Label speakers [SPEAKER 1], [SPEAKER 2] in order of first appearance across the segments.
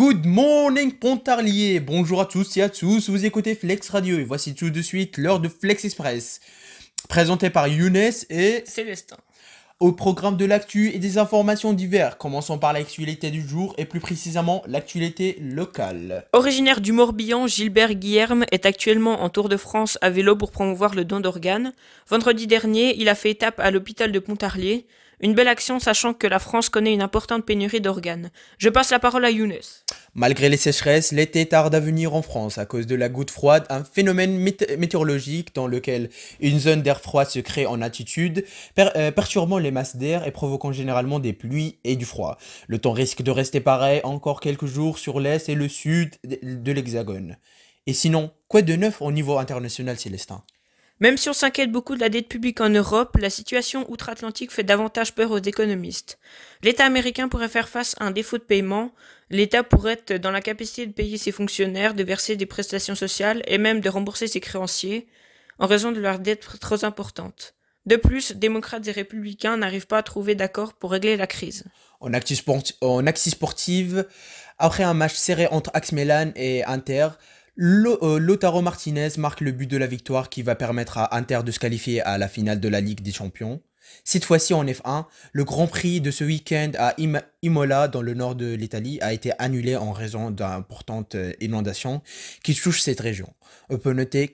[SPEAKER 1] Good morning Pontarlier, bonjour à tous et à tous, vous écoutez Flex Radio et voici tout de suite l'heure de Flex Express, présenté par Younes et
[SPEAKER 2] Célestin.
[SPEAKER 1] Au programme de l'actu et des informations diverses, commençons par l'actualité du jour et plus précisément l'actualité locale.
[SPEAKER 2] Originaire du Morbihan, Gilbert Guilherme est actuellement en Tour de France à vélo pour promouvoir le don d'organes. Vendredi dernier, il a fait étape à l'hôpital de Pontarlier. Une belle action sachant que la France connaît une importante pénurie d'organes. Je passe la parole à Younes.
[SPEAKER 1] Malgré les sécheresses, l'été tarde à venir en France à cause de la goutte froide, un phénomène météorologique dans lequel une zone d'air froid se crée en altitude, perturbant les masses d'air et provoquant généralement des pluies et du froid. Le temps risque de rester pareil encore quelques jours sur l'est et le sud de l'Hexagone. Et sinon, quoi de neuf au niveau international, Célestin ?
[SPEAKER 2] Même si on s'inquiète beaucoup de la dette publique en Europe, la situation outre-Atlantique fait davantage peur aux économistes. L'État américain pourrait faire face à un défaut de paiement, l'État pourrait être dans la capacité de payer ses fonctionnaires, de verser des prestations sociales et même de rembourser ses créanciers en raison de leur dette trop importante. De plus, démocrates et républicains n'arrivent pas à trouver d'accord pour régler la crise.
[SPEAKER 1] En actu sportive, après un match serré entre AC Milan et Inter, Lautaro Martinez marque le but de la victoire qui va permettre à Inter de se qualifier à la finale de la Ligue des Champions. Cette fois-ci en F1, le Grand Prix de ce week-end à Imola dans le nord de l'Italie a été annulé en raison d'importantes inondations qui touchent cette région. On peut noter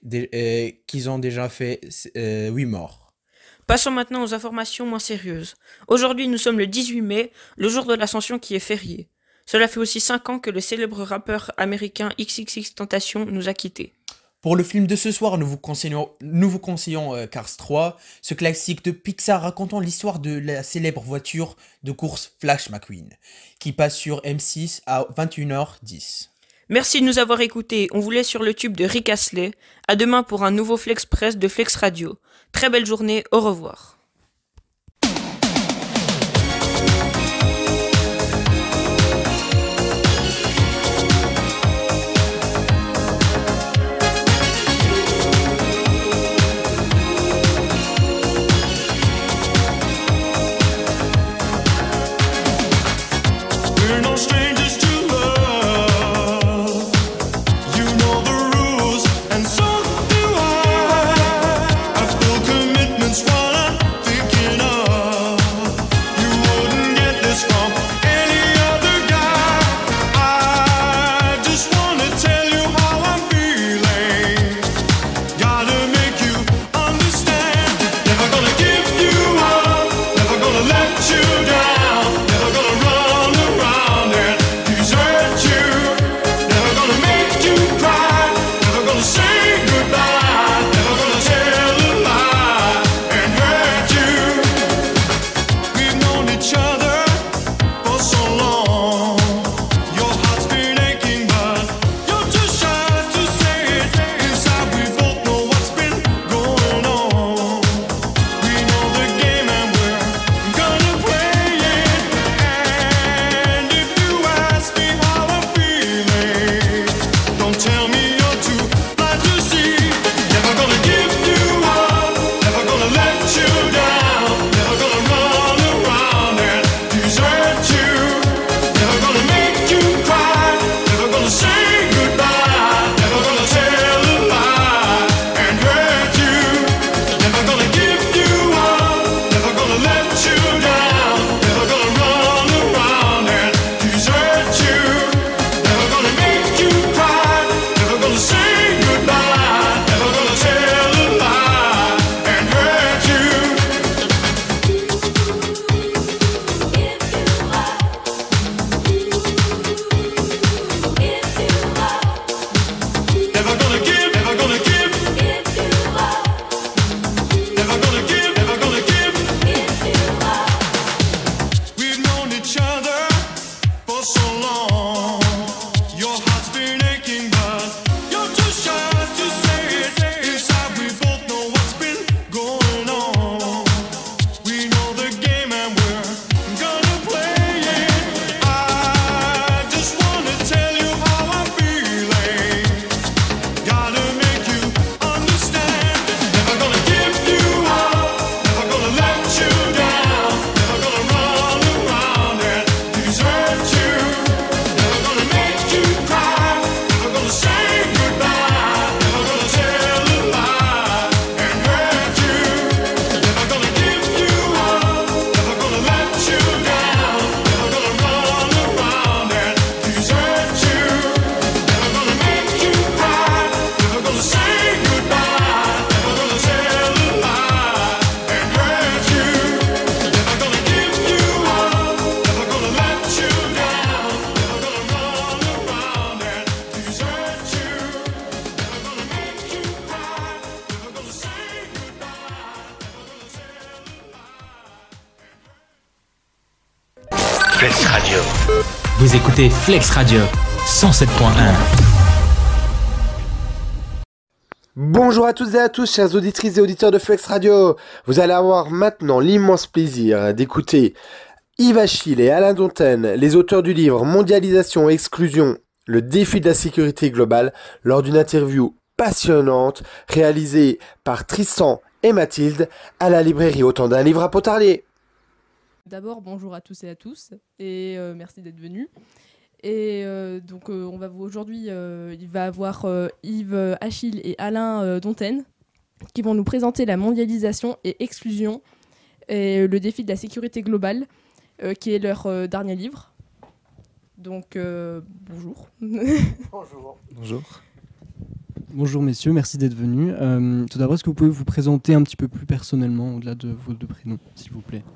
[SPEAKER 1] qu'ils ont déjà fait 8 morts.
[SPEAKER 2] Passons maintenant aux informations moins sérieuses. Aujourd'hui nous sommes le 18 mai, le jour de l'Ascension qui est férié. Cela fait aussi 5 ans que le célèbre rappeur américain XXXTentacion nous a quittés.
[SPEAKER 1] Pour le film de ce soir, nous vous conseillons Cars 3, ce classique de Pixar racontant l'histoire de la célèbre voiture de course Flash McQueen, qui passe sur M6 à 21h10.
[SPEAKER 2] Merci de nous avoir écoutés. On vous laisse sur le tube de Rick Astley. À demain pour un nouveau Flex Press de Flex Radio. Très belle journée, au revoir.
[SPEAKER 3] Vous écoutez Flex Radio 107.1.
[SPEAKER 4] Bonjour à toutes et à tous, chers auditrices et auditeurs de Flex Radio. Vous allez avoir maintenant l'immense plaisir d'écouter Yves Achille et Alain Dontaine, les auteurs du livre Mondialisation et exclusion, le défi de la sécurité globale, lors d'une interview passionnante réalisée par Tristan et Mathilde à la librairie Autant d'un livre à Pontarlier.
[SPEAKER 5] D'abord, bonjour à tous et à tous, et merci d'être venus. Et donc, aujourd'hui, il va avoir Yves Achille et Alain Dontaine qui vont nous présenter la mondialisation et exclusion et le défi de la sécurité globale, qui est leur dernier livre. Donc, bonjour.
[SPEAKER 4] Bonjour.
[SPEAKER 6] Bonjour. Bonjour messieurs, merci d'être venus. Tout d'abord, est-ce que vous pouvez vous présenter un petit peu plus personnellement, au-delà de vos deux prénoms, s'il vous plaît?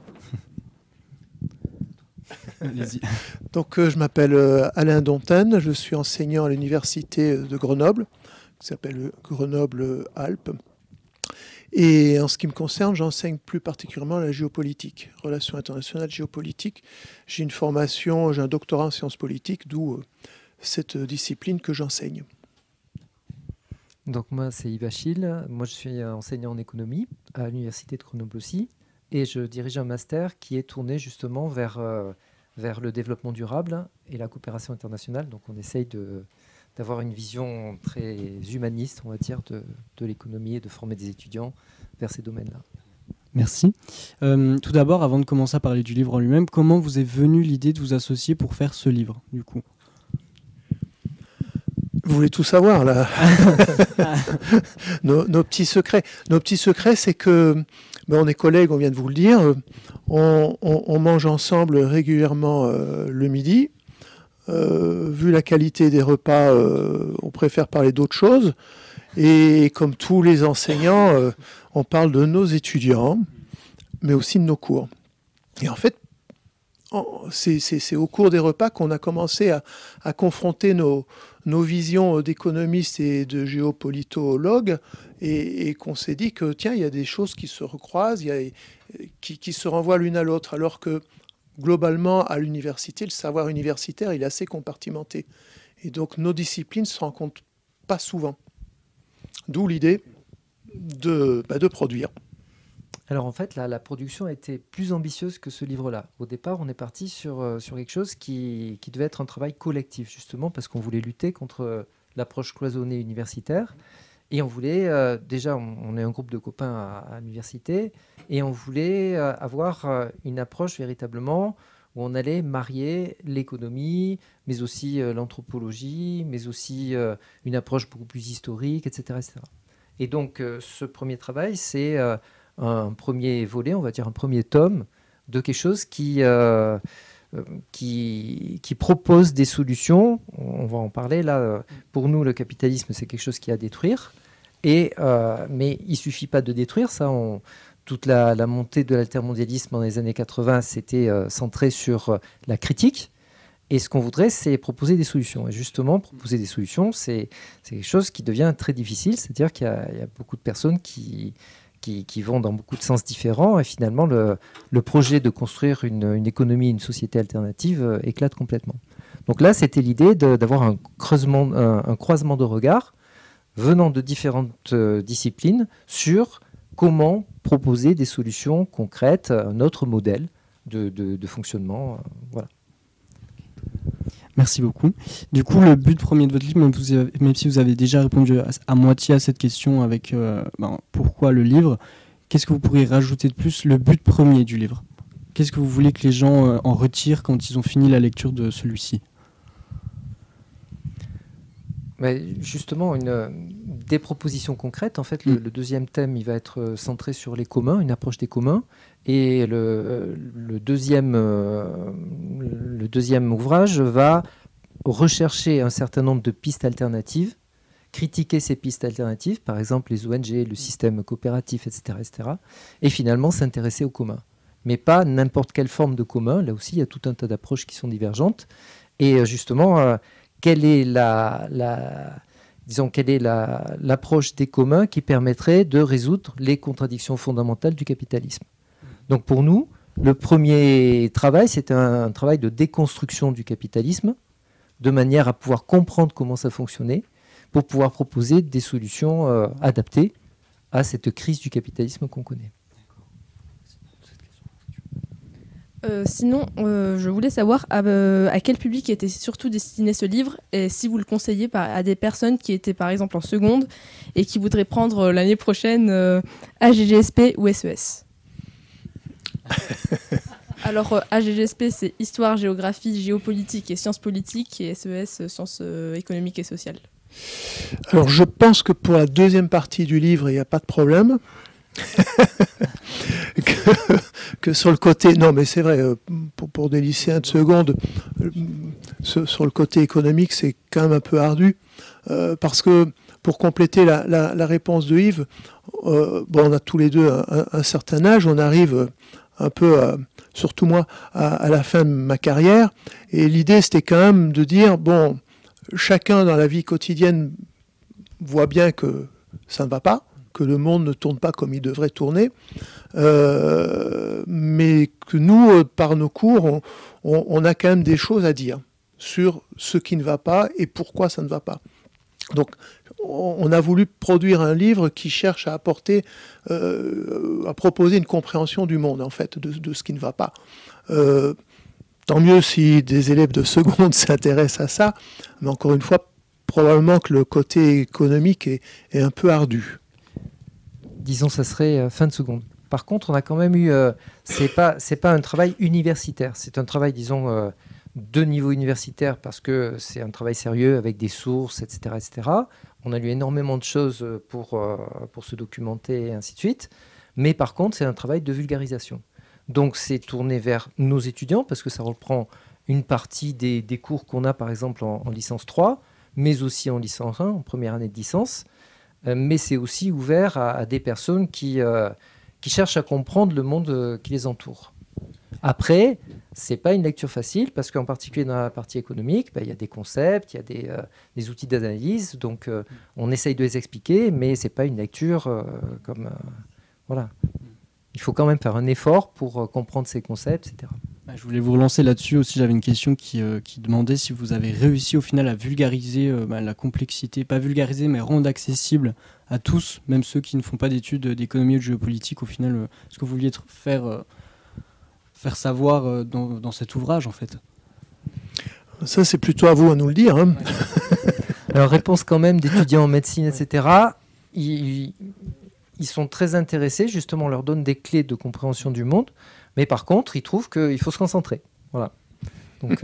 [SPEAKER 6] Allez-y.
[SPEAKER 7] Donc, je m'appelle Alain Dontaine, je suis enseignant à l'université de Grenoble, qui s'appelle Grenoble-Alpes. Et en ce qui me concerne, j'enseigne plus particulièrement la géopolitique, relations internationales géopolitiques. J'ai une formation, j'ai un doctorat en sciences politiques, d'où cette discipline que j'enseigne.
[SPEAKER 8] Donc moi, c'est Yves Achille. Moi, je suis enseignant en économie à l'université de Grenoble aussi. Et je dirige un master qui est tourné justement vers le développement durable et la coopération internationale. Donc on essaye d'avoir une vision très humaniste, on va dire, de l'économie et de former des étudiants vers ces domaines-là.
[SPEAKER 6] Merci. Tout d'abord, avant de commencer à parler du livre en lui-même, comment vous est venue l'idée de vous associer pour faire ce livre, du coup?
[SPEAKER 7] Vous voulez tout savoir, là. Nos petits secrets. Nos petits secrets, c'est que on est collègues, on vient de vous le dire. On mange ensemble régulièrement le midi. Vu la qualité des repas, on préfère parler d'autre chose. Et comme tous les enseignants, on parle de nos étudiants, mais aussi de nos cours. Et en fait, c'est au cours des repas qu'on a commencé à confronter nos visions d'économistes et de géopolitologues et qu'on s'est dit que, tiens, il y a des choses qui se recroisent, qui se renvoient l'une à l'autre, alors que globalement, à l'université, le savoir universitaire, il est assez compartimenté. Et donc, nos disciplines ne se rencontrent pas souvent. D'où l'idée de produire.
[SPEAKER 8] Alors en fait, la production a été plus ambitieuse que ce livre-là. Au départ, on est parti sur quelque chose qui devait être un travail collectif, justement, parce qu'on voulait lutter contre l'approche cloisonnée universitaire. Et on voulait, déjà, on est un groupe de copains à l'université, et on voulait avoir une approche véritablement où on allait marier l'économie, mais aussi l'anthropologie, mais aussi une approche beaucoup plus historique, etc. etc. Et donc, ce premier travail, c'est un premier volet, on va dire un premier tome de quelque chose qui propose des solutions. On va en parler là. Pour nous, le capitalisme, c'est quelque chose qui est à détruire. Mais il ne suffit pas de détruire ça. Toute la montée de l'altermondialisme dans les années 80, c'était centré sur la critique. Et ce qu'on voudrait, c'est proposer des solutions. Et justement, proposer des solutions, c'est quelque chose qui devient très difficile. C'est-à-dire qu'il y a beaucoup de personnes qui vont dans beaucoup de sens différents. Et finalement, le projet de construire une économie, une société alternative éclate complètement. Donc là, c'était l'idée d'avoir un croisement de regards venant de différentes disciplines sur comment proposer des solutions concrètes, un autre modèle de fonctionnement. Voilà.
[SPEAKER 6] Merci beaucoup. Du coup, le but premier de votre livre, même si vous avez déjà répondu à moitié à cette question avec pourquoi le livre, qu'est-ce que vous pourriez rajouter de plus, le but premier du livre? Qu'est-ce que vous voulez que les gens en retirent quand ils ont fini la lecture de celui-ci?
[SPEAKER 8] Justement, des propositions concrètes. En fait, le deuxième thème, il va être centré sur les communs, une approche des communs. Et le deuxième ouvrage va rechercher un certain nombre de pistes alternatives, critiquer ces pistes alternatives, par exemple les ONG, le système coopératif, etc., etc., et finalement s'intéresser aux communs. Mais pas n'importe quelle forme de commun. Là aussi, il y a tout un tas d'approches qui sont divergentes. Et justement, quelle est l'approche des communs qui permettrait de résoudre les contradictions fondamentales du capitalisme. Donc pour nous, Le premier travail, c'est un travail de déconstruction du capitalisme, de manière à pouvoir comprendre comment ça fonctionnait, pour pouvoir proposer des solutions adaptées à cette crise du capitalisme qu'on connaît.
[SPEAKER 5] Sinon, je voulais savoir à quel public était surtout destiné ce livre et si vous le conseillez à des personnes qui étaient par exemple en seconde et qui voudraient prendre l'année prochaine AGGSP ou SES. Alors, AGGSP, c'est Histoire, Géographie, Géopolitique et Sciences politiques et SES, Sciences économiques et sociales.
[SPEAKER 7] Alors, je pense que pour la deuxième partie du livre, il n'y a pas de problème. que sur le côté, non mais c'est vrai, pour des lycéens de seconde, sur le côté économique, c'est quand même un peu ardu, parce que pour compléter la réponse de Yves, on a tous les deux un certain âge, on arrive un peu, surtout moi, à la fin de ma carrière, et l'idée c'était quand même de dire, bon, chacun dans la vie quotidienne voit bien que ça ne va pas, que le monde ne tourne pas comme il devrait tourner, mais que nous, par nos cours, on a quand même des choses à dire sur ce qui ne va pas et pourquoi ça ne va pas. Donc, on a voulu produire un livre qui cherche à apporter, à proposer une compréhension du monde, en fait, de ce qui ne va pas. Tant mieux si des élèves de seconde s'intéressent à ça, mais encore une fois, probablement que le côté économique est un peu ardu.
[SPEAKER 8] Disons, ça serait fin de seconde. Par contre, on a quand même eu... c'est pas un travail universitaire, c'est un travail, disons, de niveau universitaire, parce que c'est un travail sérieux avec des sources, etc., etc. On a lu énormément de choses pour se documenter et ainsi de suite. Mais par contre, c'est un travail de vulgarisation. Donc, c'est tourné vers nos étudiants, parce que ça reprend une partie des cours qu'on a, par exemple, en licence 3, mais aussi en licence 1, en première année de licence. Mais c'est aussi ouvert à des personnes qui cherchent à comprendre le monde qui les entoure. Après, ce n'est pas une lecture facile, parce qu'en particulier dans la partie économique, il y a des concepts, il y a des outils d'analyse, donc on essaye de les expliquer, mais ce n'est pas une lecture comme... voilà. Il faut quand même faire un effort pour comprendre ces concepts, etc.
[SPEAKER 6] Je voulais vous relancer là-dessus aussi. J'avais une question qui demandait si vous avez réussi au final à vulgariser la complexité, pas vulgariser, mais rendre accessible à tous, même ceux qui ne font pas d'études d'économie ou de géopolitique, au final, ce que vous vouliez faire savoir dans cet ouvrage, en fait.
[SPEAKER 7] Ça, c'est plutôt à vous à nous le dire. Hein.
[SPEAKER 8] Alors, réponse quand même d'étudiants en médecine, etc. Ils sont très intéressés, justement, on leur donne des clés de compréhension du monde. Mais par contre, ils trouvent qu'il faut se concentrer. Voilà. Donc,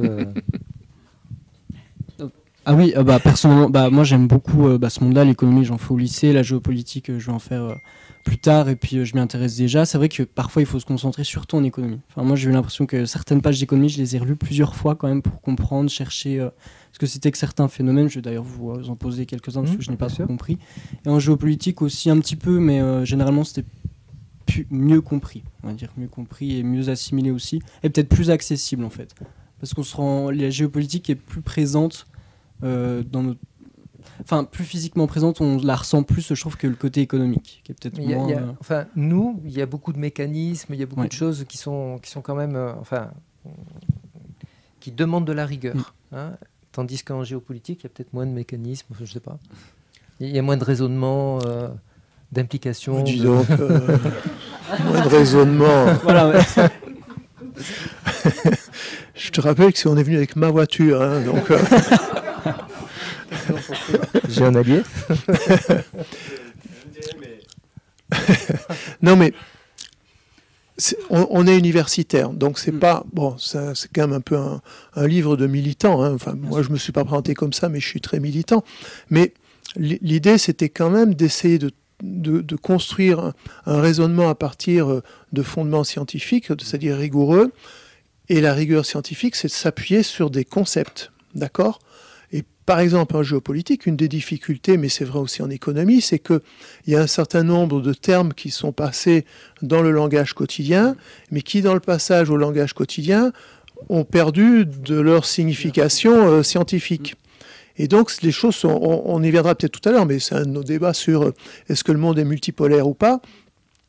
[SPEAKER 6] Ah oui, personnellement, moi j'aime beaucoup ce monde-là, l'économie, j'en fais au lycée, la géopolitique, je vais en faire plus tard, et puis je m'y intéresse déjà. C'est vrai que parfois il faut se concentrer surtout en économie. Enfin, moi j'ai eu l'impression que certaines pages d'économie, je les ai relues plusieurs fois quand même pour comprendre, chercher ce que c'était que certains phénomènes. Je vais d'ailleurs vous en poser quelques-uns parce que je n'ai pas trop compris. Et en géopolitique aussi un petit peu, mais généralement c'était mieux compris, on va dire, mieux compris et mieux assimilé aussi, et peut-être plus accessible en fait, parce la géopolitique est plus présente dans notre, enfin plus physiquement présente, on la ressent plus, je trouve, que le côté économique, qui est peut-être moins.
[SPEAKER 8] Enfin, nous, il y a beaucoup de mécanismes, il y a beaucoup de choses qui sont quand même, qui demandent de la rigueur, hein, tandis qu'en géopolitique, il y a peut-être moins de mécanismes, enfin, je sais pas, il y a moins de raisonnement. D'implication.
[SPEAKER 7] Dis donc, moins de raisonnement.
[SPEAKER 6] Voilà, ouais.
[SPEAKER 7] Je te rappelle que si on est venu avec ma voiture, hein, donc.
[SPEAKER 8] J'ai un allié.
[SPEAKER 7] Non mais on est universitaire, donc c'est pas bon. C'est quand même un peu un livre de militant. Hein. Enfin, moi je me suis pas présenté comme ça, mais je suis très militant. Mais l'idée c'était quand même d'essayer de construire un raisonnement à partir de fondements scientifiques, c'est-à-dire rigoureux. Et la rigueur scientifique, c'est de s'appuyer sur des concepts, d'accord ? Et par exemple, en géopolitique, une des difficultés, mais c'est vrai aussi en économie, c'est qu'il y a un certain nombre de termes qui sont passés dans le langage quotidien, mais qui, dans le passage au langage quotidien, ont perdu de leur signification scientifique. Et donc, les choses on y viendra peut-être tout à l'heure, mais c'est un de nos débats sur est-ce que le monde est multipolaire ou pas.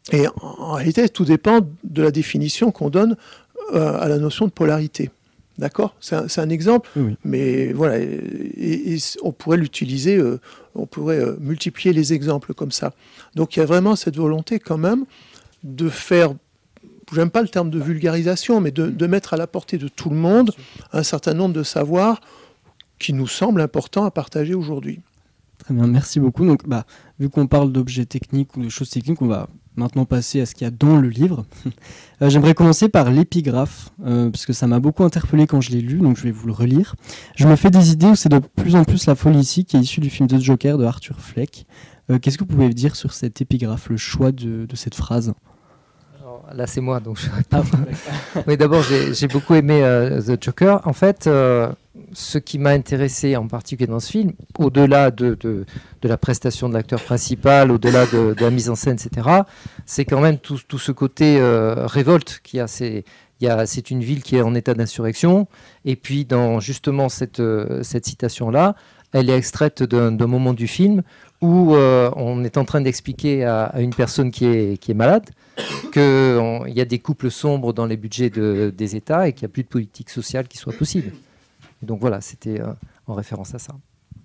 [SPEAKER 7] Et en réalité, tout dépend de la définition qu'on donne à la notion de polarité. D'accord ? C'est un exemple,
[SPEAKER 6] Oui.
[SPEAKER 7] mais voilà, et on pourrait l'utiliser, on pourrait multiplier les exemples comme ça. Donc il y a vraiment cette volonté quand même de faire, j'aime pas le terme de vulgarisation, mais de mettre à la portée de tout le monde un certain nombre de savoirs qui nous semblent importants à partager aujourd'hui.
[SPEAKER 6] Très bien, merci beaucoup. Donc, vu qu'on parle d'objets techniques ou de choses techniques, on va maintenant passer à ce qu'il y a dans le livre. J'aimerais commencer par l'épigraphe, parce que ça m'a beaucoup interpellé quand je l'ai lu, donc je vais vous le relire. Je me fais des idées où c'est de plus en plus la folie ici, qui est issue du film The Joker de Arthur Fleck. Qu'est-ce que vous pouvez dire sur cette épigraphe, le choix de cette phrase ?
[SPEAKER 8] Alors, là, c'est moi, donc je réponds. Oui, d'abord, j'ai beaucoup aimé The Joker. En fait, ce qui m'a intéressé en particulier dans ce film, au-delà de la prestation de l'acteur principal, au-delà de la mise en scène, etc., c'est quand même tout ce côté révolte qu'il y a. C'est une ville qui est en état d'insurrection. Et puis, dans justement cette citation-là, elle est extraite d'un moment du film où on est en train d'expliquer à une personne qui est malade qu'il y a des couples sombres dans les budgets des États et qu'il n'y a plus de politique sociale qui soit possible. Et donc voilà, c'était en référence à ça.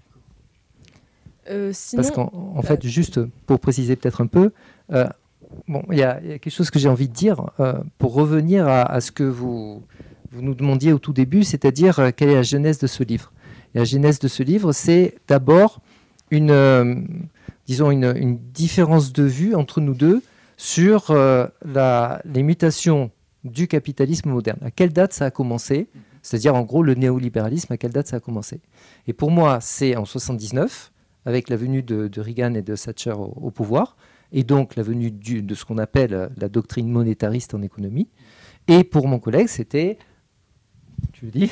[SPEAKER 5] Sinon,
[SPEAKER 8] parce qu'en fait, juste pour préciser peut-être un peu, il y a quelque chose que j'ai envie de dire pour revenir à ce que vous nous demandiez au tout début, c'est-à-dire quelle est la genèse de ce livre. Et la genèse de ce livre, c'est d'abord une différence de vue entre nous deux sur les mutations du capitalisme moderne. À quelle date ça a commencé ? C'est-à-dire, en gros, le néolibéralisme, à quelle date ça a commencé ? Et pour moi, c'est en 79, avec la venue de Reagan et de Thatcher au pouvoir, et donc la venue de ce qu'on appelle la doctrine monétariste en économie. Et pour mon collègue, c'était... Tu le dis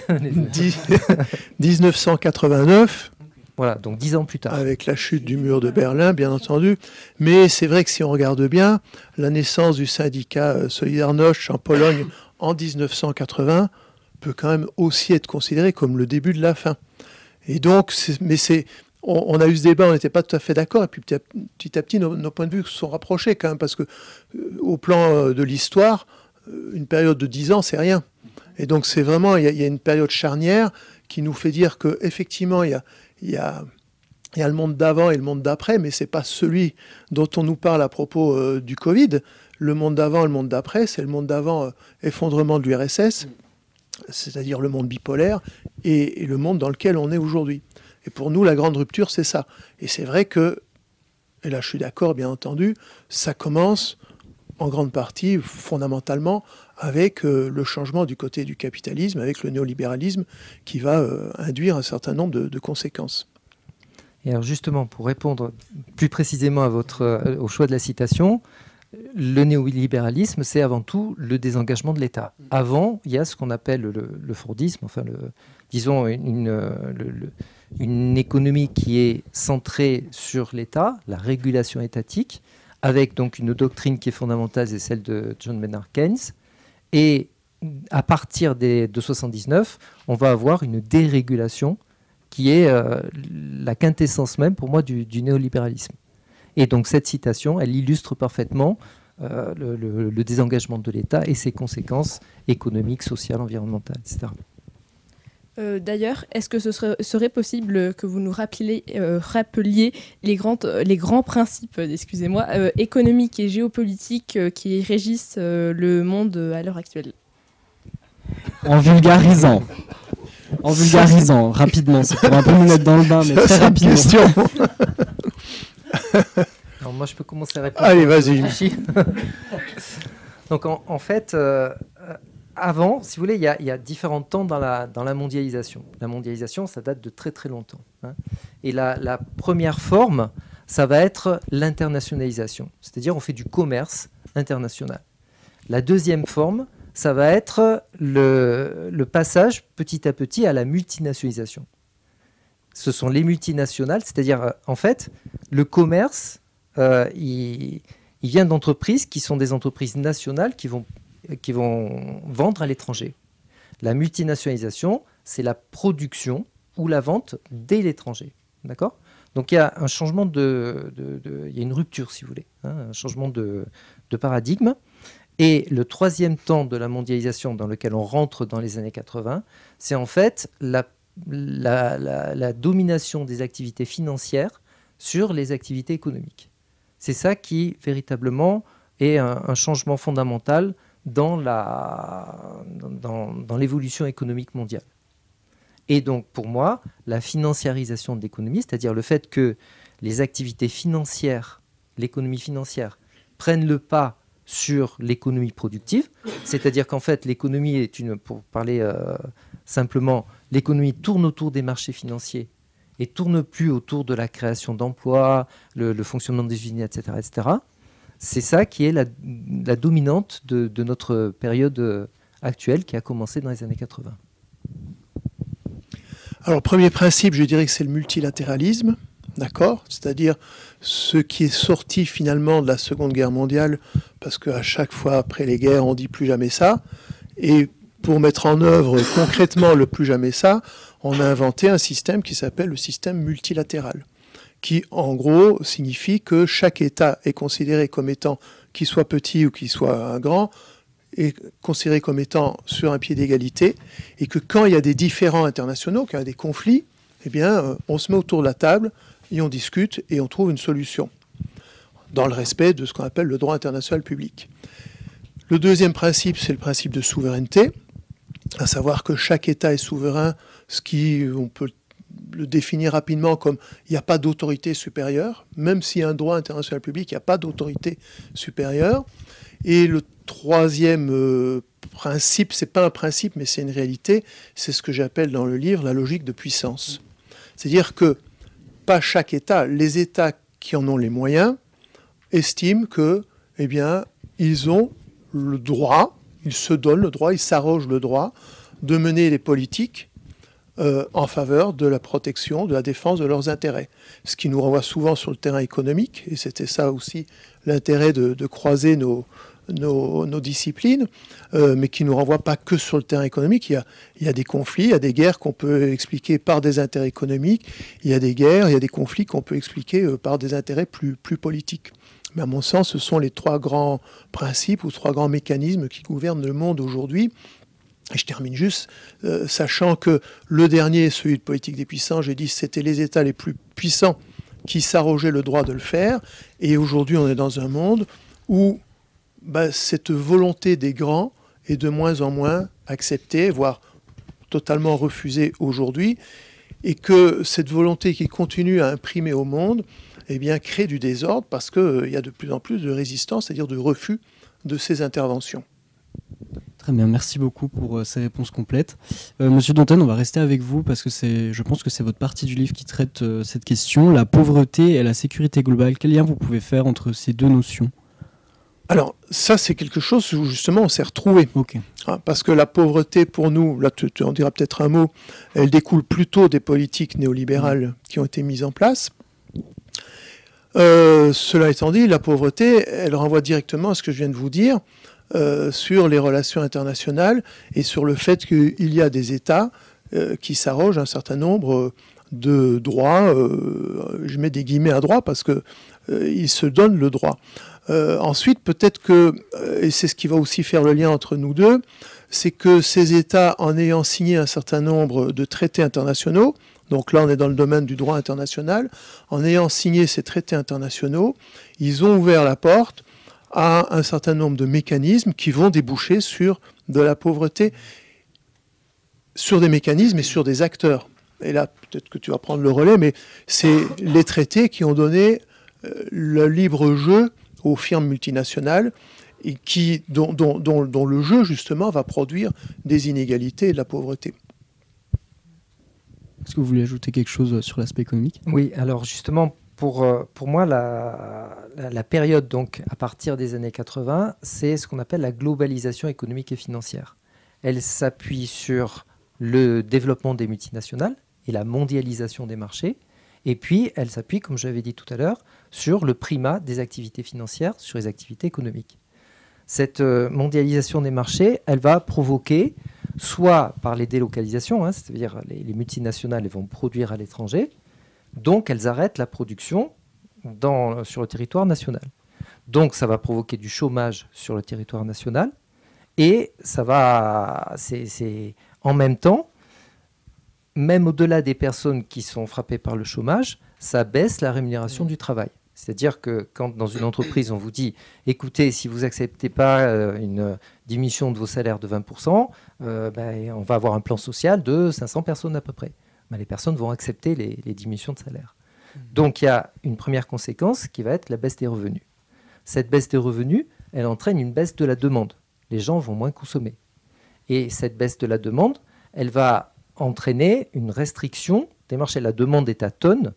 [SPEAKER 7] 1989.
[SPEAKER 8] Voilà, donc 10 ans plus tard.
[SPEAKER 7] Avec la chute du mur de Berlin, bien entendu. Mais c'est vrai que si on regarde bien, la naissance du syndicat Solidarność en Pologne en 1980 peut quand même aussi être considéré comme le début de la fin. Et donc, on a eu ce débat, on n'était pas tout à fait d'accord, et puis petit à petit, nos points de vue se sont rapprochés quand même, parce que au plan de l'histoire, une période de 10 ans, c'est rien. Et donc, c'est vraiment, il y a une période charnière qui nous fait dire qu'effectivement, il y a le monde d'avant et le monde d'après, mais ce n'est pas celui dont on nous parle à propos du Covid. Le monde d'avant et le monde d'après, c'est le monde d'avant, effondrement de l'URSS, c'est-à-dire le monde bipolaire, et le monde dans lequel on est aujourd'hui. Et pour nous, la grande rupture, c'est ça. Et c'est vrai que, et là je suis d'accord, bien entendu, ça commence en grande partie, fondamentalement, avec le changement du côté du capitalisme, avec le néolibéralisme, qui va induire un certain nombre de conséquences.
[SPEAKER 8] Et alors justement, pour répondre plus précisément au choix de la citation, le néolibéralisme, c'est avant tout le désengagement de l'État. Avant, il y a ce qu'on appelle le Fordisme, enfin, disons une économie qui est centrée sur l'État, la régulation étatique, avec donc une doctrine qui est fondamentale, c'est celle de John Maynard Keynes. Et à partir de 1979, on va avoir une dérégulation qui est la quintessence même, pour moi, du néolibéralisme. Et donc cette citation, elle illustre parfaitement le désengagement de l'État et ses conséquences économiques, sociales, environnementales, etc.
[SPEAKER 5] D'ailleurs, est-ce que ce serait possible que vous nous rappeliez les grands principes économiques et géopolitiques qui régissent le monde à l'heure actuelle ?
[SPEAKER 6] En vulgarisant, rapidement, c'est pour un peu nous mettre dans le bain, mais très rapidement.
[SPEAKER 7] Question.
[SPEAKER 8] Alors moi, je peux commencer à répondre.
[SPEAKER 7] Allez, vas-y.
[SPEAKER 8] Donc en fait, avant, si vous voulez, il y a différents temps dans la mondialisation. La mondialisation, ça date de très très longtemps. Et la première forme, ça va être l'internationalisation. C'est-à-dire, on fait du commerce international. La deuxième forme, ça va être le passage petit à petit à la multinationalisation. Ce sont les multinationales, c'est-à-dire, en fait, le commerce, il vient d'entreprises qui sont des entreprises nationales qui vont vendre à l'étranger. La multinationalisation, c'est la production ou la vente dès l'étranger. D'accord ? Donc il y a un changement il y a une rupture, si vous voulez, un changement de de paradigme. Et le troisième temps de la mondialisation dans lequel on rentre dans les années 80, c'est en fait la domination des activités financières sur les activités économiques. C'est ça qui, véritablement, est un changement fondamental dans l'évolution économique mondiale. Et donc, pour moi, la financiarisation de l'économie, c'est-à-dire le fait que les activités financières, l'économie financière, prennent le pas sur l'économie productive, c'est-à-dire qu'en fait, l'économie est pour parler simplement, l'économie tourne autour des marchés financiers et tourne plus autour de la création d'emplois, le fonctionnement des usines, etc., etc. C'est ça qui est la dominante de notre période actuelle qui a commencé dans les années 80.
[SPEAKER 7] Alors, premier principe, je dirais que c'est le multilatéralisme, d'accord ? C'est-à-dire ce qui est sorti finalement de la Seconde Guerre mondiale, parce qu'à chaque fois après les guerres, on dit plus jamais ça. Et pour mettre en œuvre concrètement le plus jamais ça, on a inventé un système qui s'appelle le système multilatéral, qui en gros signifie que chaque État est considéré comme étant, qu'il soit petit ou qu'il soit grand, est considéré comme étant sur un pied d'égalité, et que quand il y a des différends internationaux, quand il y a des conflits, eh bien, on se met autour de la table et on discute et on trouve une solution, dans le respect de ce qu'on appelle le droit international public. Le deuxième principe, c'est le principe de souveraineté, à savoir que chaque État est souverain, ce qui, on peut le définir rapidement comme il n'y a pas d'autorité supérieure, même s'il y a un droit international public, il n'y a pas d'autorité supérieure. Et le troisième principe, c'est pas un principe, mais c'est une réalité, c'est ce que j'appelle dans le livre la logique de puissance. C'est-à-dire que pas chaque État, les États qui en ont les moyens, estiment que, eh bien, ils ont le droit, ils se donnent le droit, ils s'arrogent le droit de mener les politiques en faveur de la protection, de la défense de leurs intérêts. Ce qui nous renvoie souvent sur le terrain économique, et c'était ça aussi l'intérêt de croiser nos disciplines, mais qui ne nous renvoie pas que sur le terrain économique. Il y a des conflits, il y a des guerres qu'on peut expliquer par des intérêts économiques, il y a des guerres, il y a des conflits qu'on peut expliquer par des intérêts plus politiques. Mais à mon sens, ce sont les trois grands principes ou trois grands mécanismes qui gouvernent le monde aujourd'hui. Et je termine juste, sachant que le dernier, celui de politique des puissants, j'ai dit c'était les États les plus puissants qui s'arrogeaient le droit de le faire. Et aujourd'hui, on est dans un monde où cette volonté des grands est de moins en moins acceptée, voire totalement refusée aujourd'hui, et que cette volonté qui continue à imprimer au monde, eh bien, crée du désordre parce qu'il y a de plus en plus de résistance, c'est-à-dire de refus de ces interventions.
[SPEAKER 6] Très bien, merci beaucoup pour ces réponses complètes. Monsieur Donten, on va rester avec vous parce que je pense que c'est votre partie du livre qui traite cette question, la pauvreté et la sécurité globale. Quel lien vous pouvez faire entre ces deux notions ?
[SPEAKER 7] Alors, ça, c'est quelque chose où, justement, on s'est retrouvé.
[SPEAKER 6] Okay.
[SPEAKER 7] Parce que la pauvreté, pour nous, là, tu en diras peut-être un mot, elle découle plutôt des politiques néolibérales qui ont été mises en place. Cela étant dit, la pauvreté, elle renvoie directement à ce que je viens de vous dire sur les relations internationales et sur le fait qu'il y a des États qui s'arrogent un certain nombre de droits, je mets des guillemets à droit parce qu'ils se donnent le droit. Ensuite, peut-être que, et c'est ce qui va aussi faire le lien entre nous deux, c'est que ces États, en ayant signé un certain nombre de traités internationaux, donc là on est dans le domaine du droit international, en ayant signé ces traités internationaux, ils ont ouvert la porte à un certain nombre de mécanismes qui vont déboucher sur de la pauvreté, sur des mécanismes et sur des acteurs. Et là, peut-être que tu vas prendre le relais, mais c'est les traités qui ont donné le libre jeu aux firmes multinationales et dont le jeu, justement, va produire des inégalités et de la pauvreté.
[SPEAKER 6] Est-ce que vous voulez ajouter quelque chose sur l'aspect économique ?
[SPEAKER 8] Oui, alors justement, pour moi, la période, donc, à partir des années 80, c'est ce qu'on appelle la globalisation économique et financière. Elle s'appuie sur le développement des multinationales et la mondialisation des marchés. Et puis, elle s'appuie, comme je l'avais dit tout à l'heure, sur le primat des activités financières sur les activités économiques. Cette mondialisation des marchés, elle va provoquer, soit par les délocalisations, c'est-à-dire les multinationales vont produire à l'étranger, donc elles arrêtent la production sur le territoire national. Donc ça va provoquer du chômage sur le territoire national. Et en même temps, même au-delà des personnes qui sont frappées par le chômage, ça baisse la rémunération du travail. C'est-à-dire que quand dans une entreprise, on vous dit « Écoutez, si vous n'acceptez pas une diminution de vos salaires de 20%, on va avoir un plan social de 500 personnes à peu près. » Les personnes vont accepter les diminutions de salaire. Donc il y a une première conséquence qui va être la baisse des revenus. Cette baisse des revenus, elle entraîne une baisse de la demande. Les gens vont moins consommer. Et cette baisse de la demande, elle va entraîner une restriction des marchés. La demande est à tonnes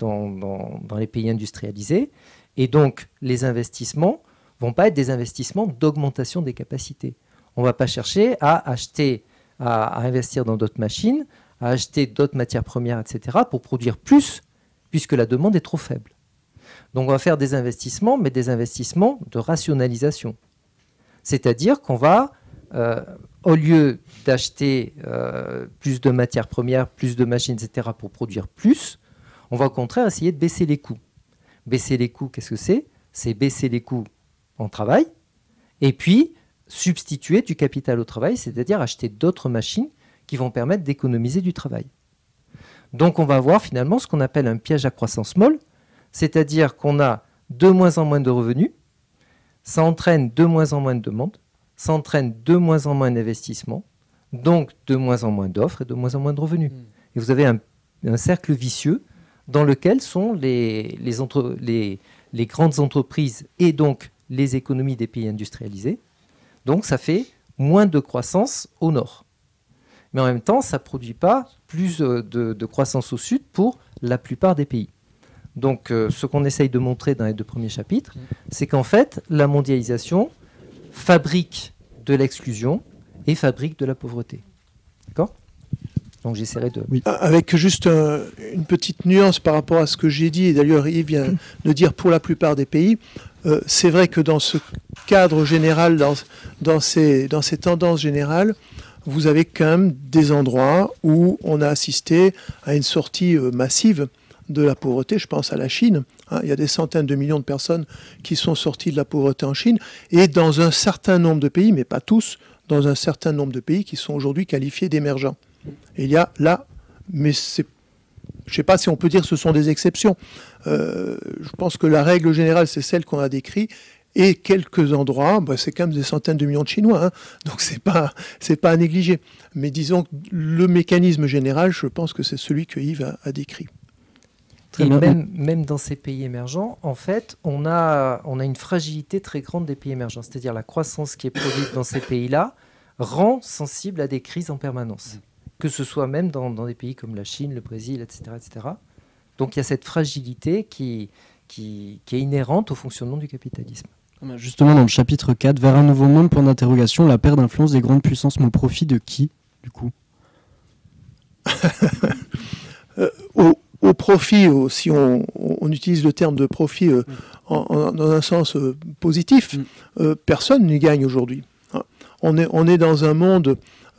[SPEAKER 8] dans les pays industrialisés. Et donc, les investissements ne vont pas être des investissements d'augmentation des capacités. On ne va pas chercher à acheter, à investir dans d'autres machines, à acheter d'autres matières premières, etc., pour produire plus, puisque la demande est trop faible. Donc, on va faire des investissements, mais des investissements de rationalisation. C'est-à-dire qu'on va, au lieu d'acheter plus de matières premières, plus de machines, etc., pour produire plus, on va au contraire essayer de baisser les coûts. Baisser les coûts, qu'est-ce que c'est ? C'est baisser les coûts en travail et puis substituer du capital au travail, c'est-à-dire acheter d'autres machines qui vont permettre d'économiser du travail. Donc on va avoir finalement ce qu'on appelle un piège à croissance molle, c'est-à-dire qu'on a de moins en moins de revenus, ça entraîne de moins en moins de demandes, ça entraîne de moins en moins d'investissements, donc de moins en moins d'offres et de moins en moins de revenus. Et vous avez un cercle vicieux dans lequel sont les grandes entreprises et donc les économies des pays industrialisés. Donc ça fait moins de croissance au nord. Mais en même temps, ça ne produit pas plus de croissance au sud pour la plupart des pays. Donc ce qu'on essaye de montrer dans les 2 premiers chapitres, c'est qu'en fait, la mondialisation fabrique de l'exclusion et fabrique de la pauvreté. D'accord ? Donc j'essaierai de...
[SPEAKER 7] Oui. Avec juste une petite nuance par rapport à ce que j'ai dit, et d'ailleurs Yves vient de dire pour la plupart des pays, c'est vrai que dans ce cadre général, dans ces tendances générales, vous avez quand même des endroits où on a assisté à une sortie massive de la pauvreté. Je pense à la Chine. Il y a des centaines de millions de personnes qui sont sorties de la pauvreté en Chine. Et dans un certain nombre de pays, mais pas tous, dans un certain nombre de pays qui sont aujourd'hui qualifiés d'émergents. Et il y a là, mais je ne sais pas si on peut dire que ce sont des exceptions. Je pense que la règle générale, c'est celle qu'on a décrite. Et quelques endroits, c'est quand même des centaines de millions de Chinois, donc c'est pas à négliger. Mais disons que le mécanisme général, je pense que c'est celui que Yves a décrit.
[SPEAKER 8] Et même dans ces pays émergents, en fait, on a une fragilité très grande des pays émergents. C'est-à-dire la croissance qui est produite dans ces pays-là rend sensible à des crises en permanence. Que ce soit même dans des pays comme la Chine, le Brésil, etc., etc. Donc il y a cette fragilité qui est inhérente au fonctionnement du capitalisme.
[SPEAKER 6] Justement, dans le chapitre 4, vers un nouveau monde, point d'interrogation, la perte d'influence des grandes puissances, mais au profit de qui, du coup ? Au
[SPEAKER 7] profit, si on utilise le terme de profit dans un sens positif, personne n'y gagne aujourd'hui. On est dans un monde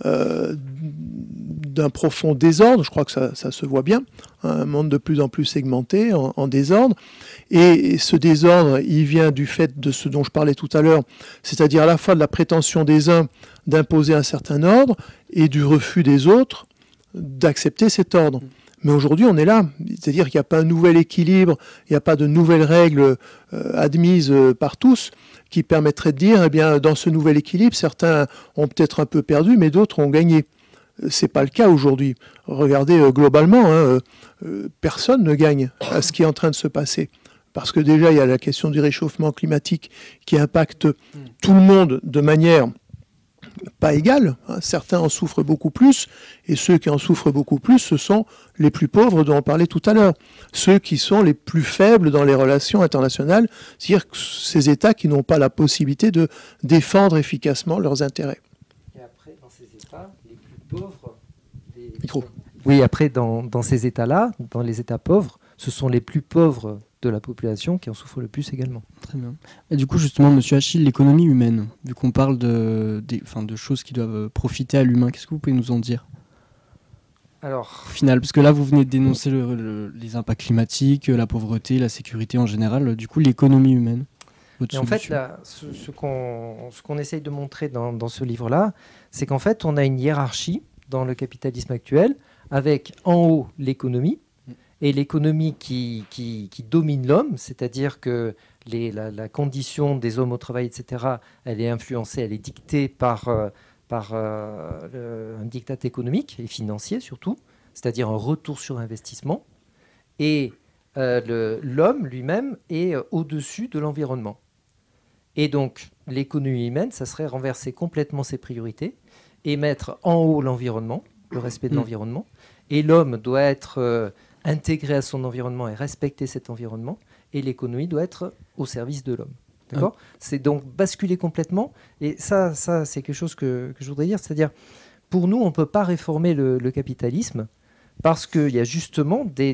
[SPEAKER 7] d'un profond désordre, je crois que ça se voit bien, un monde de plus en plus segmenté, en désordre, et ce désordre, il vient du fait de ce dont je parlais tout à l'heure, c'est-à-dire à la fois de la prétention des uns d'imposer un certain ordre, et du refus des autres d'accepter cet ordre. Mais aujourd'hui, on est là, c'est-à-dire qu'il n'y a pas un nouvel équilibre, il n'y a pas de nouvelles règles admises par tous, qui permettraient de dire, eh bien, dans ce nouvel équilibre, certains ont peut-être un peu perdu, mais d'autres ont gagné. C'est pas le cas aujourd'hui. Regardez globalement, personne ne gagne à ce qui est en train de se passer. Parce que déjà, il y a la question du réchauffement climatique qui impacte tout le monde de manière pas égale. Certains en souffrent beaucoup plus, et ceux qui en souffrent beaucoup plus, ce sont les plus pauvres dont on parlait tout à l'heure. Ceux qui sont les plus faibles dans les relations internationales, c'est-à-dire ces États qui n'ont pas la possibilité de défendre efficacement leurs intérêts.
[SPEAKER 8] Et après, dans ces États, les plus pauvres...
[SPEAKER 7] Micro.
[SPEAKER 8] Oui, après, dans ces États-là, dans les États pauvres, ce sont les plus pauvres de la population qui en souffrent le plus également.
[SPEAKER 6] Très bien. Et du coup, justement, Monsieur Achille, l'économie humaine, vu qu'on parle de choses qui doivent profiter à l'humain, qu'est-ce que vous pouvez nous en dire ?
[SPEAKER 8] Alors,
[SPEAKER 6] au final, parce que là, vous venez de dénoncer les impacts climatiques, la pauvreté, la sécurité en général, du coup, l'économie humaine. votre
[SPEAKER 8] Et en fait,
[SPEAKER 6] solution.
[SPEAKER 8] là, ce qu'on essaye de montrer dans ce livre-là, c'est qu'en fait, on a une hiérarchie dans le capitalisme actuel, avec en haut l'économie, et l'économie qui domine l'homme, c'est-à-dire que la condition des hommes au travail, etc., elle est influencée, elle est dictée par un diktat économique et financier surtout, c'est-à-dire un retour sur investissement. Et l'homme lui-même est au-dessus de l'environnement. Et donc, l'économie humaine, ça serait renverser complètement ses priorités et mettre en haut l'environnement, le respect de l'environnement. Et l'homme doit être intégré à son environnement et respecter cet environnement. Et l'économie doit être au service de l'homme. D'accord ? C'est donc basculer complètement. Et ça c'est quelque chose que je voudrais dire. C'est-à-dire, pour nous, on ne peut pas réformer le capitalisme parce qu'il y a justement des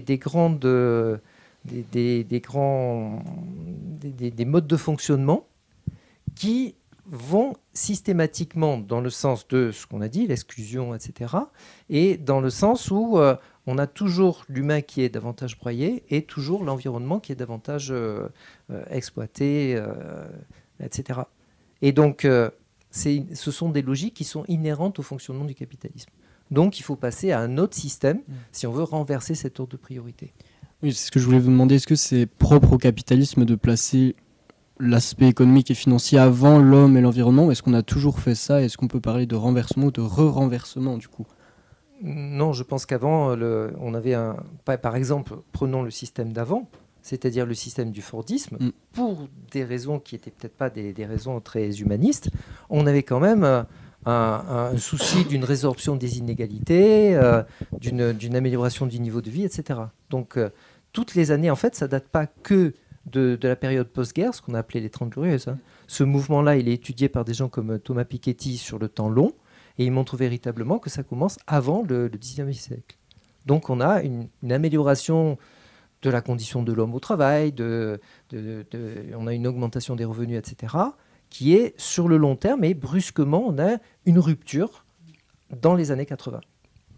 [SPEAKER 8] modes de fonctionnement qui vont systématiquement dans le sens de ce qu'on a dit, l'exclusion, etc., et dans le sens où on a toujours l'humain qui est davantage broyé et toujours l'environnement qui est davantage exploité, etc. Et donc, ce sont des logiques qui sont inhérentes au fonctionnement du capitalisme. Donc, il faut passer à un autre système si on veut renverser cet ordre de priorité.
[SPEAKER 6] Oui, c'est ce que je voulais vous demander. Est-ce que c'est propre au capitalisme de placer l'aspect économique et financier avant l'homme et l'environnement, ou est-ce qu'on a toujours fait ça? Est-ce qu'on peut parler de renversement ou de re-renversement du coup?
[SPEAKER 8] Non, je pense qu'avant, on avait par exemple, prenons le système d'avant, c'est-à-dire le système du Fordisme, pour des raisons qui n'étaient peut-être pas des raisons très humanistes, on avait quand même un souci d'une résorption des inégalités, d'une amélioration du niveau de vie, etc. Donc, toutes les années, en fait, ça ne date pas que de la période post-guerre, ce qu'on a appelé les 30 Glorieuses. Ce mouvement-là, il est étudié par des gens comme Thomas Piketty sur le temps long, et il montre véritablement que ça commence avant le 19e siècle. Donc on a une amélioration de la condition de l'homme au travail, on a une augmentation des revenus, etc., qui est sur le long terme, et brusquement, on a une rupture dans les années 80. D'accord ?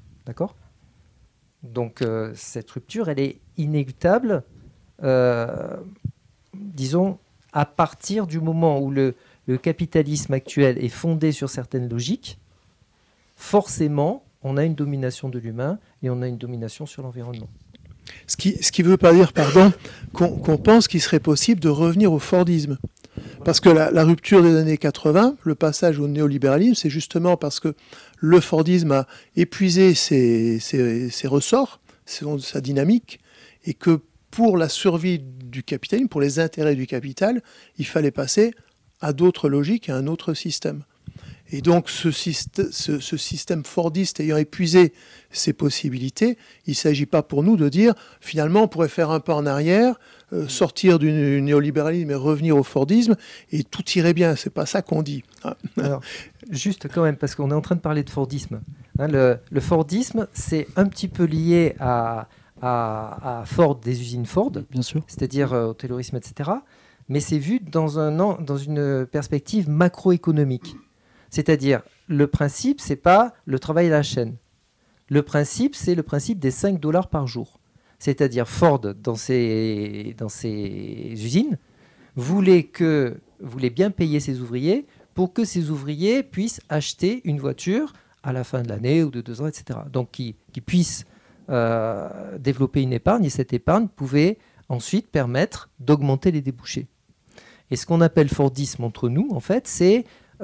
[SPEAKER 8] Donc cette rupture, elle est inéluctable, disons, à partir du moment où le capitalisme actuel est fondé sur certaines logiques. Forcément, on a une domination de l'humain et on a une domination sur l'environnement.
[SPEAKER 7] Ce qui ne veut pas dire, pardon, qu'on pense qu'il serait possible de revenir au Fordisme. Parce que la rupture des années 80, le passage au néolibéralisme, c'est justement parce que le Fordisme a épuisé ses ressorts, sa dynamique, et que pour la survie du capitalisme, pour les intérêts du capital, il fallait passer à d'autres logiques, à un autre système. Et donc ce système fordiste ayant épuisé ses possibilités, il ne s'agit pas pour nous de dire finalement on pourrait faire un pas en arrière, sortir du néolibéralisme et revenir au fordisme et tout irait bien. C'est pas ça qu'on dit.
[SPEAKER 8] Alors, juste quand même, parce qu'on est en train de parler de fordisme. Le fordisme, c'est un petit peu lié à Ford, des usines Ford,
[SPEAKER 6] bien sûr,
[SPEAKER 8] c'est-à-dire au taylorisme, etc. Mais c'est vu dans une perspective macroéconomique. C'est-à-dire, le principe, c'est pas le travail à la chaîne. Le principe, c'est le principe des $5 par jour. C'est-à-dire, Ford, dans ses usines, voulait bien payer ses ouvriers pour que ces ouvriers puissent acheter une voiture à la fin de l'année ou de 2 ans, etc. Donc, qu'ils puissent développer une épargne, et cette épargne pouvait ensuite permettre d'augmenter les débouchés. Et ce qu'on appelle Fordisme entre nous, en fait, c'est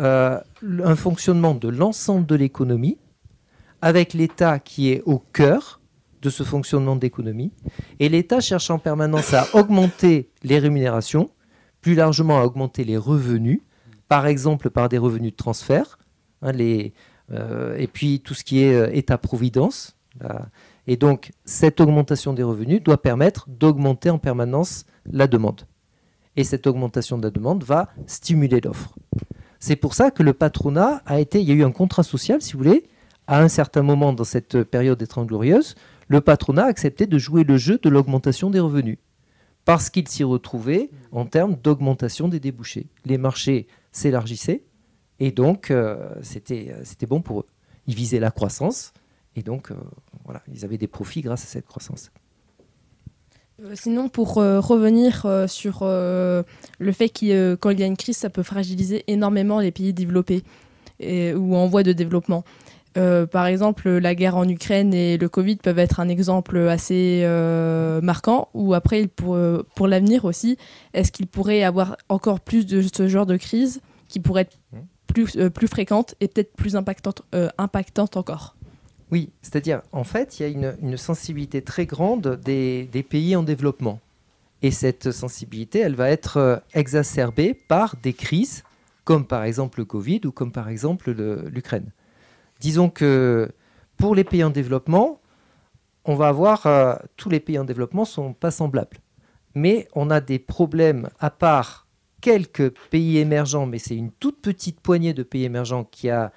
[SPEAKER 8] un fonctionnement de l'ensemble de l'économie avec l'État qui est au cœur de ce fonctionnement d'économie et l'État cherche en permanence à augmenter les rémunérations, plus largement à augmenter les revenus, par exemple par des revenus de transfert, et puis tout ce qui est État-providence. Et donc cette augmentation des revenus doit permettre d'augmenter en permanence la demande. Et cette augmentation de la demande va stimuler l'offre. C'est pour ça que le patronat il y a eu un contrat social, si vous voulez, à un certain moment dans cette période des 30 Glorieuses, le patronat a accepté de jouer le jeu de l'augmentation des revenus, parce qu'il s'y retrouvait en termes d'augmentation des débouchés. Les marchés s'élargissaient, et donc c'était bon pour eux. Ils visaient la croissance, et donc voilà, ils avaient des profits grâce à cette croissance.
[SPEAKER 5] Sinon, pour revenir sur le fait que quand il y a une crise, ça peut fragiliser énormément les pays développés ou en voie de développement. Par exemple, la guerre en Ukraine et le Covid peuvent être un exemple assez marquant. Ou après, pour l'avenir aussi, est-ce qu'il pourrait y avoir encore plus de ce genre de crise qui pourrait être plus fréquente et peut-être plus impactante encore?
[SPEAKER 8] Oui, c'est-à-dire, en fait, il y a une sensibilité très grande des pays en développement. Et cette sensibilité, elle va être exacerbée par des crises, comme par exemple le Covid ou comme par exemple l'Ukraine. Disons que pour les pays en développement, on va avoir, tous les pays en développement ne sont pas semblables. Mais on a des problèmes, à part quelques pays émergents, mais c'est une toute petite poignée de pays émergents qui a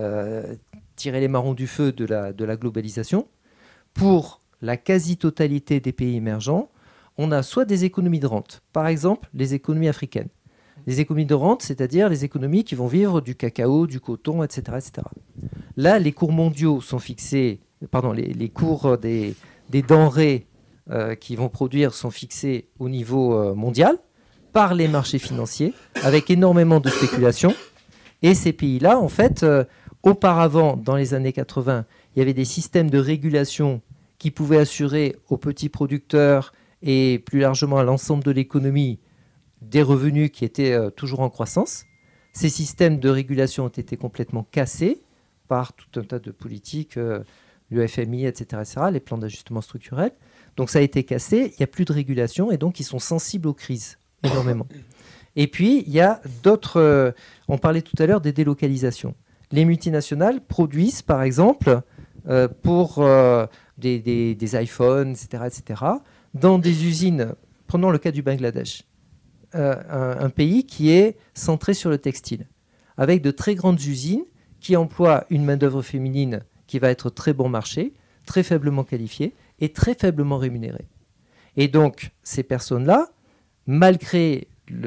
[SPEAKER 8] tiré les marrons du feu de la globalisation. Pour la quasi-totalité des pays émergents, on a soit des économies de rente, par exemple les économies africaines. Les économies de rente, c'est-à-dire les économies qui vont vivre du cacao, du coton, etc. etc. Là, les cours mondiaux sont fixés, les cours des denrées qui vont produire sont fixés au niveau mondial par les marchés financiers, avec énormément de spéculation. Et ces pays-là, en fait, auparavant, dans les années 80, il y avait des systèmes de régulation qui pouvaient assurer aux petits producteurs et plus largement à l'ensemble de l'économie des revenus qui étaient toujours en croissance. Ces systèmes de régulation ont été complètement cassés par tout un tas de politiques, le FMI, etc., les plans d'ajustement structurel. Donc ça a été cassé, il n'y a plus de régulation et donc ils sont sensibles aux crises énormément. Et puis, il y a d'autres... on parlait tout à l'heure des délocalisations. Les multinationales produisent, par exemple, pour des iPhones, etc., dans des usines, prenons le cas du Bangladesh, un pays qui est centré sur le textile, avec de très grandes usines qui emploient une main-d'œuvre féminine qui va être très bon marché, très faiblement qualifiée et très faiblement rémunérée. Et donc, ces personnes-là, malgré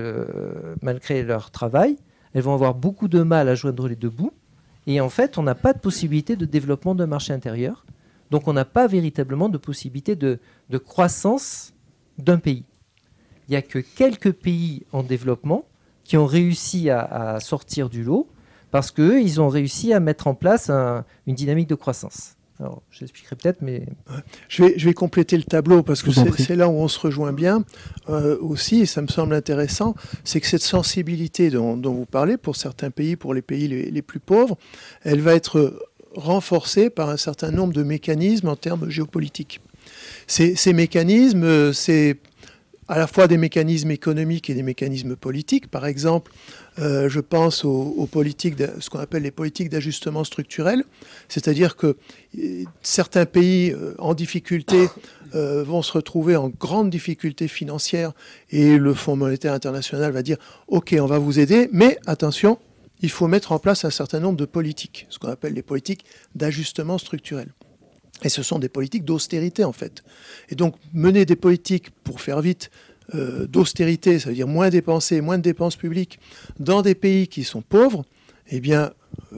[SPEAKER 8] leur travail, elles vont avoir beaucoup de mal à joindre les deux bouts. Et en fait, on n'a pas de possibilité de développement d'un marché intérieur. Donc, on n'a pas véritablement de possibilité de croissance d'un pays. Il n'y a que quelques pays en développement qui ont réussi à sortir du lot parce qu'eux, ils ont réussi à mettre en place une dynamique de croissance. Alors, j'expliquerai peut-être, mais...
[SPEAKER 7] Je vais compléter le tableau parce que c'est là où on se rejoint bien aussi, et ça me semble intéressant, c'est que cette sensibilité dont vous parlez, pour certains pays, pour les pays les plus pauvres, elle va être renforcée par un certain nombre de mécanismes en termes géopolitiques. Ces mécanismes, c'est à la fois des mécanismes économiques et des mécanismes politiques. Par exemple, je pense aux politiques, ce qu'on appelle les politiques d'ajustement structurel, c'est-à-dire que certains pays en difficulté vont se retrouver en grande difficulté financière et le Fonds monétaire international va dire « Ok, on va vous aider, mais attention, il faut mettre en place un certain nombre de politiques, ce qu'on appelle les politiques d'ajustement structurel. » Et ce sont des politiques d'austérité, en fait. Et donc, mener des politiques, pour faire vite, d'austérité, ça veut dire moins dépenser, moins de dépenses publiques, dans des pays qui sont pauvres, eh bien,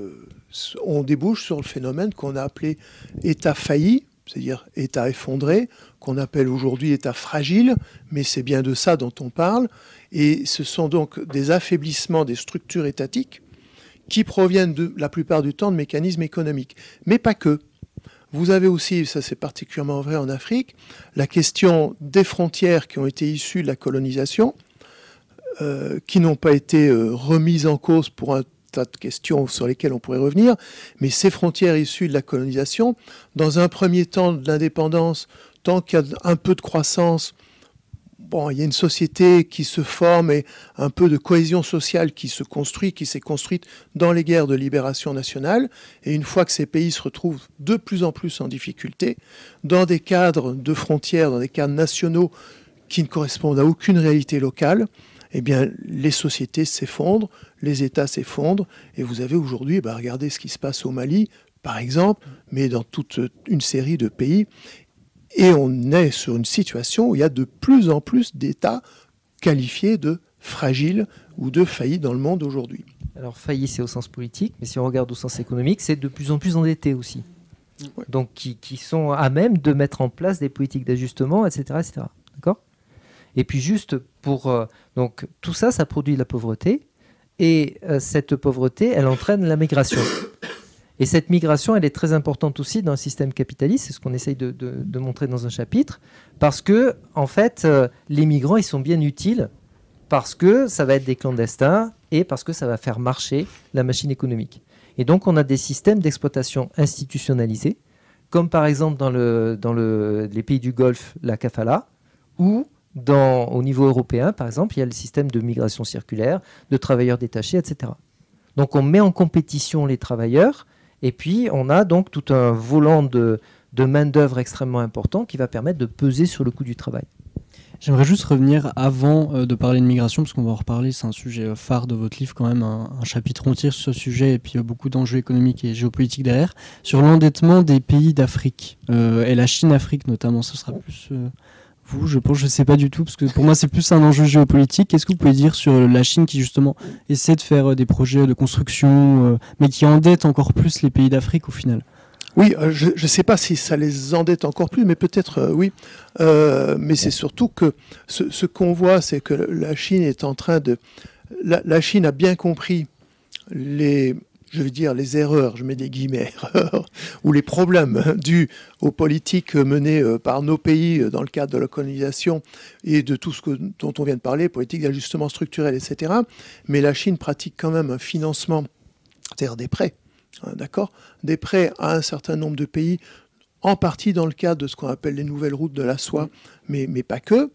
[SPEAKER 7] on débouche sur le phénomène qu'on a appelé État failli, c'est-à-dire État effondré, qu'on appelle aujourd'hui État fragile, mais c'est bien de ça dont on parle. Et ce sont donc des affaiblissements des structures étatiques qui proviennent la plupart du temps de mécanismes économiques. Mais pas que. Vous avez aussi, ça c'est particulièrement vrai en Afrique, la question des frontières qui ont été issues de la colonisation, qui n'ont pas été remises en cause pour un tas de questions sur lesquelles on pourrait revenir, mais ces frontières issues de la colonisation, dans un premier temps de l'indépendance, tant qu'il y a un peu de croissance, bon, il y a une société qui se forme et un peu de cohésion sociale qui se construit, qui s'est construite dans les guerres de libération nationale. Et une fois que ces pays se retrouvent de plus en plus en difficulté, dans des cadres de frontières, dans des cadres nationaux qui ne correspondent à aucune réalité locale, eh bien, les sociétés s'effondrent, les États s'effondrent. Et vous avez aujourd'hui, regardez ce qui se passe au Mali, par exemple, mais dans toute une série de pays. Et on est sur une situation où il y a de plus en plus d'États qualifiés de fragiles ou de faillis dans le monde aujourd'hui.
[SPEAKER 8] Alors faillis, c'est au sens politique, mais si on regarde au sens économique, c'est de plus en plus endettés aussi. Ouais. Donc qui sont à même de mettre en place des politiques d'ajustement, etc. etc. D'accord ? Et puis juste pour... donc tout ça, ça produit de la pauvreté. Et cette pauvreté, elle entraîne la migration. Et cette migration, elle est très importante aussi dans le système capitaliste. C'est ce qu'on essaye de montrer dans un chapitre. Parce que, en fait, les migrants, ils sont bien utiles parce que ça va être des clandestins et parce que ça va faire marcher la machine économique. Et donc, on a des systèmes d'exploitation institutionnalisés, comme par exemple dans les pays du Golfe, la kafala, ou au niveau européen, par exemple, il y a le système de migration circulaire, de travailleurs détachés, etc. Donc, on met en compétition les travailleurs. Et puis, on a donc tout un volant de main-d'œuvre extrêmement important qui va permettre de peser sur le coût du travail.
[SPEAKER 6] J'aimerais juste revenir avant de parler de migration, parce qu'on va en reparler, c'est un sujet phare de votre livre quand même, un chapitre entier sur ce sujet, et puis beaucoup d'enjeux économiques et géopolitiques derrière, sur l'endettement des pays d'Afrique, et la Chine-Afrique notamment. Ce sera plus vous, je pense, je ne sais pas du tout, parce que pour moi c'est plus un enjeu géopolitique. Qu'est-ce que vous pouvez dire sur la Chine qui justement essaie de faire des projets de construction, mais qui endette encore plus les pays d'Afrique au final?
[SPEAKER 7] Oui, je ne sais pas si ça les endette encore plus, mais peut-être oui. Mais c'est surtout que ce qu'on voit, c'est que la Chine est en train de... La Chine a bien compris les erreurs, je mets des guillemets, erreurs, ou les problèmes dus aux politiques menées par nos pays dans le cadre de la colonisation et de tout dont on vient de parler, politique d'ajustement structurel, etc. Mais la Chine pratique quand même un financement, c'est-à-dire des prêts. D'accord, des prêts à un certain nombre de pays, en partie dans le cadre de ce qu'on appelle les nouvelles routes de la soie, mais pas que.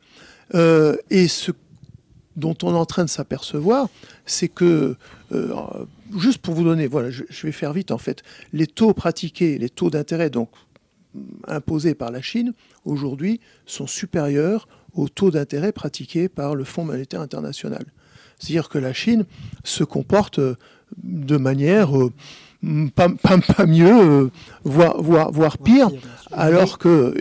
[SPEAKER 7] Et ce dont on est en train de s'apercevoir, c'est que, juste pour vous donner, voilà, je vais faire vite en fait, les taux pratiqués, les taux d'intérêt donc imposés par la Chine, aujourd'hui, sont supérieurs aux taux d'intérêt pratiqués par le Fonds monétaire international. C'est-à-dire que la Chine se comporte de manière... pas mieux, voire pire, alors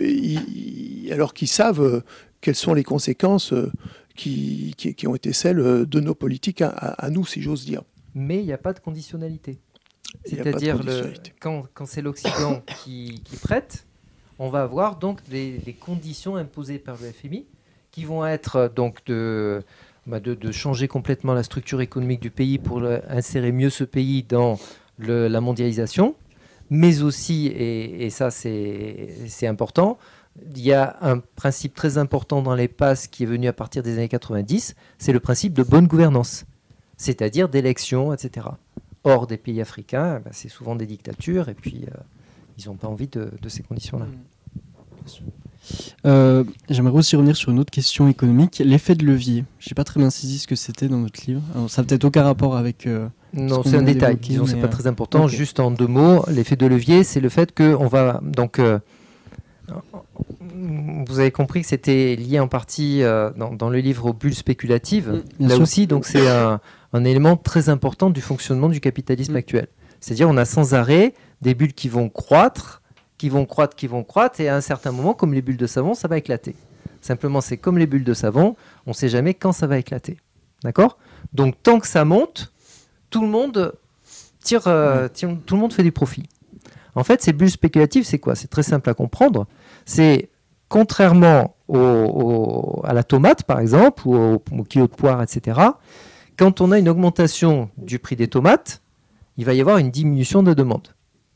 [SPEAKER 7] qu'ils savent quelles sont les conséquences qui ont été celles de nos politiques à nous, si j'ose dire.
[SPEAKER 8] Mais il n'y a pas de conditionnalité. C'est-à-dire, quand c'est l'Occident qui prête, on va avoir donc des conditions imposées par le FMI qui vont être donc de changer complètement la structure économique du pays pour insérer mieux ce pays dans la mondialisation, mais aussi, et ça c'est important, il y a un principe très important dans les PASS qui est venu à partir des années 90, c'est le principe de bonne gouvernance, c'est-à-dire d'élections, etc. Or, des pays africains, c'est souvent des dictatures, et puis ils n'ont pas envie de ces conditions-là.
[SPEAKER 6] J'aimerais aussi revenir sur une autre question économique, l'effet de levier. Je n'ai pas très bien saisi ce que c'était dans votre livre. Alors, ça n'a peut-être aucun rapport avec...
[SPEAKER 8] non, c'est un détail, disons, c'est pas très important. Okay. Juste en 2 mots, l'effet de levier, c'est le fait qu'on va... Donc, vous avez compris que c'était lié en partie dans le livre aux bulles spéculatives. Là aussi, donc c'est un élément très important du fonctionnement du capitalisme actuel. C'est-à-dire, on a sans arrêt des bulles qui vont croître, et à un certain moment, comme les bulles de savon, ça va éclater. Simplement, c'est comme les bulles de savon, on ne sait jamais quand ça va éclater. D'accord ? Donc, tant que ça monte, tout le monde tout le monde fait du profit. En fait, ces bulles spéculatives, c'est quoi ? C'est très simple à comprendre. C'est, contrairement à la tomate, par exemple, ou au kilo de poire, etc., quand on a une augmentation du prix des tomates, il va y avoir une diminution de demande. D'accord ?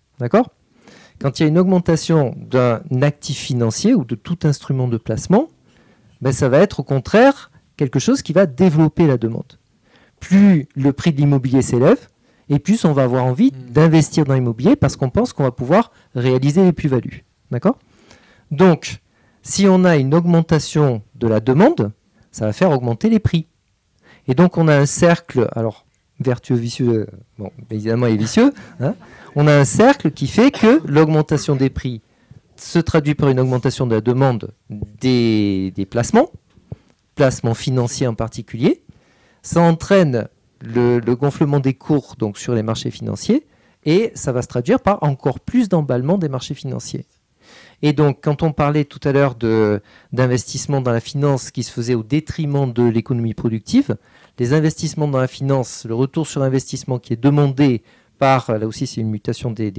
[SPEAKER 8] Quand il y a une augmentation d'un actif financier ou de tout instrument de placement, ça va être au contraire quelque chose qui va développer la demande. Plus le prix de l'immobilier s'élève, et plus on va avoir envie d'investir dans l'immobilier parce qu'on pense qu'on va pouvoir réaliser les plus-values. D'accord ? Donc, si on a une augmentation de la demande, ça va faire augmenter les prix. Et donc, on a un cercle, alors vertueux, vicieux, bon, évidemment, il est vicieux, hein. On a un cercle qui fait que l'augmentation des prix se traduit par une augmentation de la demande des placements financiers en particulier. Ça entraîne le gonflement des cours donc, sur les marchés financiers et ça va se traduire par encore plus d'emballement des marchés financiers. Et donc, quand on parlait tout à l'heure d'investissement dans la finance qui se faisait au détriment de l'économie productive, les investissements dans la finance, le retour sur investissement qui est demandé par, là aussi c'est une mutation du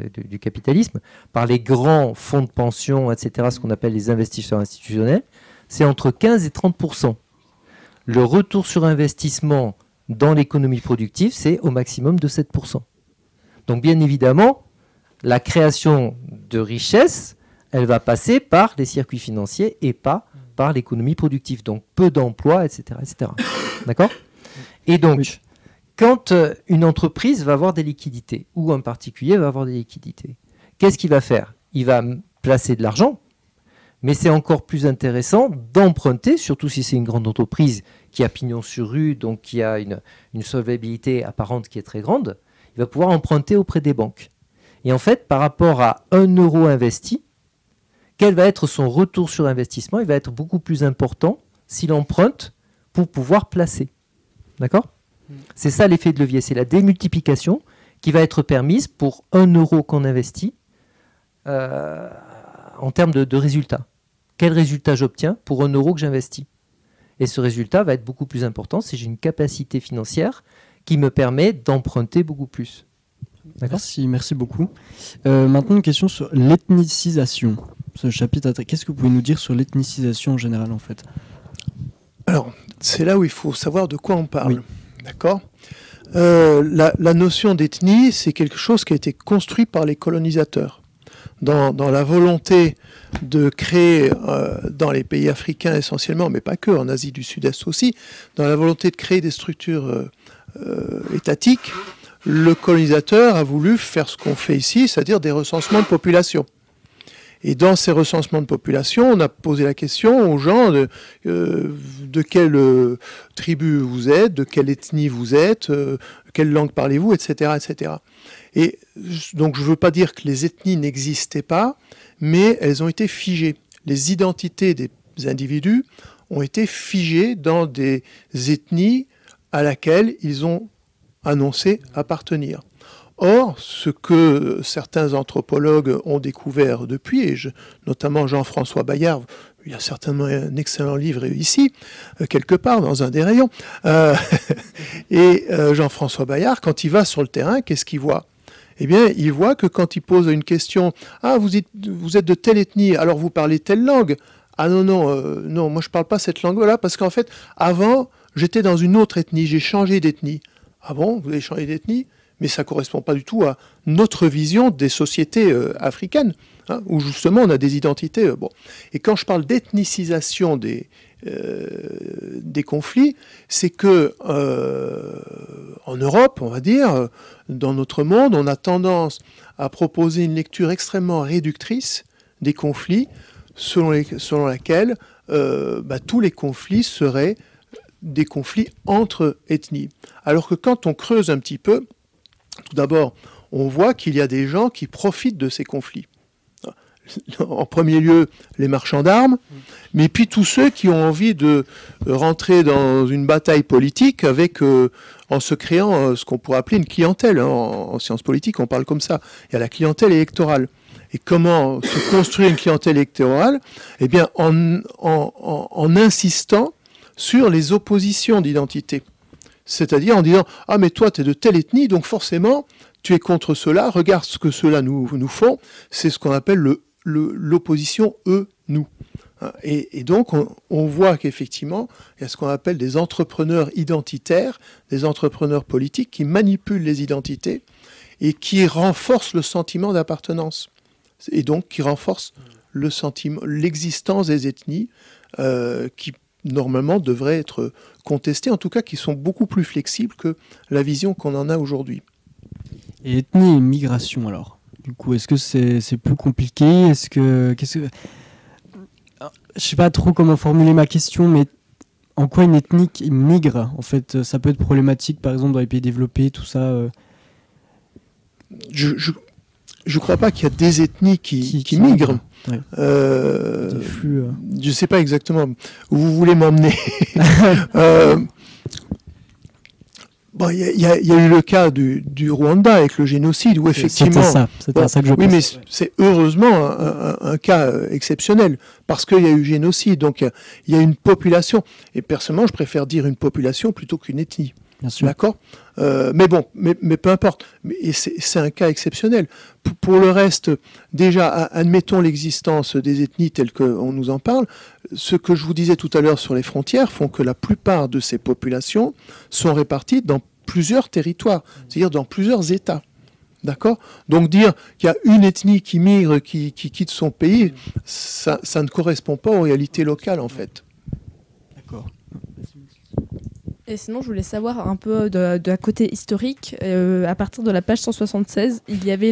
[SPEAKER 8] capitalisme, par les grands fonds de pension, etc., ce qu'on appelle les investisseurs institutionnels, c'est entre 15 et 30%. Le retour sur investissement dans l'économie productive, c'est au maximum de 7%. Donc bien évidemment, la création de richesse, elle va passer par les circuits financiers et pas par l'économie productive. Donc peu d'emplois, etc. etc. D'accord ? Et donc, quand une entreprise va avoir des liquidités, ou un particulier va avoir des liquidités, qu'est-ce qu'il va faire ? Il va placer de l'argent, mais c'est encore plus intéressant d'emprunter, surtout si c'est une grande entreprise qui a pignon sur rue, donc qui a une solvabilité apparente qui est très grande, il va pouvoir emprunter auprès des banques. Et en fait, par rapport à 1 euro investi, quel va être son retour sur investissement ? Il va être beaucoup plus important s'il emprunte pour pouvoir placer. D'accord ? C'est ça l'effet de levier, c'est la démultiplication qui va être permise pour 1 euro qu'on investit en termes de résultats. Quel résultat j'obtiens pour 1 euro que j'investis ? Et ce résultat va être beaucoup plus important si j'ai une capacité financière qui me permet d'emprunter beaucoup plus. D'accord ?
[SPEAKER 6] Merci beaucoup. Maintenant, une question sur l'ethnicisation. Ce chapitre, qu'est-ce que vous pouvez nous dire sur l'ethnicisation en général, en fait ?
[SPEAKER 7] Alors, c'est là où il faut savoir de quoi on parle. Oui. D'accord ? La notion d'ethnie, c'est quelque chose qui a été construit par les colonisateurs. Dans la volonté de créer, dans les pays africains essentiellement, mais pas que, en Asie du Sud-Est aussi, dans la volonté de créer des structures étatiques, le colonisateur a voulu faire ce qu'on fait ici, c'est-à-dire des recensements de population. Et dans ces recensements de population, on a posé la question aux gens de quelle tribu vous êtes, de quelle ethnie vous êtes, quelle langue parlez-vous, etc., etc. Et donc je ne veux pas dire que les ethnies n'existaient pas, mais elles ont été figées. Les identités des individus ont été figées dans des ethnies à laquelle ils ont annoncé appartenir. Or, ce que certains anthropologues ont découvert depuis, et notamment Jean-François Bayard, il y a certainement un excellent livre ici, quelque part dans un des rayons, et Jean-François Bayard, quand il va sur le terrain, qu'est-ce qu'il voit ? Eh bien, il voit que quand il pose une question, « Ah, vous êtes de telle ethnie, alors vous parlez telle langue ?» Ah non, non, moi je ne parle pas cette langue-là, parce qu'en fait, avant, j'étais dans une autre ethnie, j'ai changé d'ethnie. Ah bon, vous avez changé d'ethnie ? Mais ça ne correspond pas du tout à notre vision des sociétés africaines, hein, où justement on a des identités. Bon. Et quand je parle d'ethnicisation des conflits, c'est que en Europe, on va dire, dans notre monde, on a tendance à proposer une lecture extrêmement réductrice des conflits, selon laquelle tous les conflits seraient des conflits entre ethnies. Alors que quand on creuse un petit peu, tout d'abord, on voit qu'il y a des gens qui profitent de ces conflits. En premier lieu, les marchands d'armes, mais puis tous ceux qui ont envie de rentrer dans une bataille politique en se créant ce qu'on pourrait appeler une clientèle. En sciences politiques, on parle comme ça. Il y a la clientèle électorale. Et comment se construire une clientèle électorale ? Eh bien, en insistant sur les oppositions d'identité. C'est-à-dire en disant « Ah, mais toi, tu es de telle ethnie, donc forcément, tu es contre cela. Regarde ce que ceux-là nous font. » C'est ce qu'on appelle l'opposition eux-nous. Et donc, on voit qu'effectivement, il y a ce qu'on appelle des entrepreneurs identitaires, des entrepreneurs politiques qui manipulent les identités et qui renforcent le sentiment d'appartenance. Et donc, qui renforcent l'existence des ethnies qui normalement devraient être contestées, en tout cas qui sont beaucoup plus flexibles que la vision qu'on en a aujourd'hui.
[SPEAKER 6] Et ethnie et migration alors ? Du coup, est-ce que c'est plus compliqué ? Je sais pas trop comment formuler ma question, mais en quoi une ethnie migre ? En fait, ça peut être problématique, par exemple, dans les pays développés, tout ça.
[SPEAKER 7] Je crois pas qu'il y a des ethnies qui migrent.
[SPEAKER 6] Ouais.
[SPEAKER 7] Je sais pas exactement où vous voulez m'emmener. Bon, il y a eu le cas du Rwanda avec le génocide où effectivement...
[SPEAKER 6] C'était ça que je pense.
[SPEAKER 7] Oui, mais c'est heureusement un cas exceptionnel parce qu'il y a eu génocide, donc il y a une population. Et personnellement, je préfère dire une population plutôt qu'une ethnie.
[SPEAKER 6] Bien sûr.
[SPEAKER 7] D'accord. Mais bon, mais peu importe. Et c'est un cas exceptionnel. Pour le reste, déjà, admettons l'existence des ethnies telles qu'on nous en parle. Ce que je vous disais tout à l'heure sur les frontières font que la plupart de ces populations sont réparties dans plusieurs territoires, c'est-à-dire dans plusieurs États. D'accord. Donc dire qu'il y a une ethnie qui migre, qui quitte son pays, ça ne correspond pas aux réalités locales, en fait.
[SPEAKER 6] D'accord.
[SPEAKER 5] Et sinon, je voulais savoir un peu de côté historique. À partir de la page 176, il y avait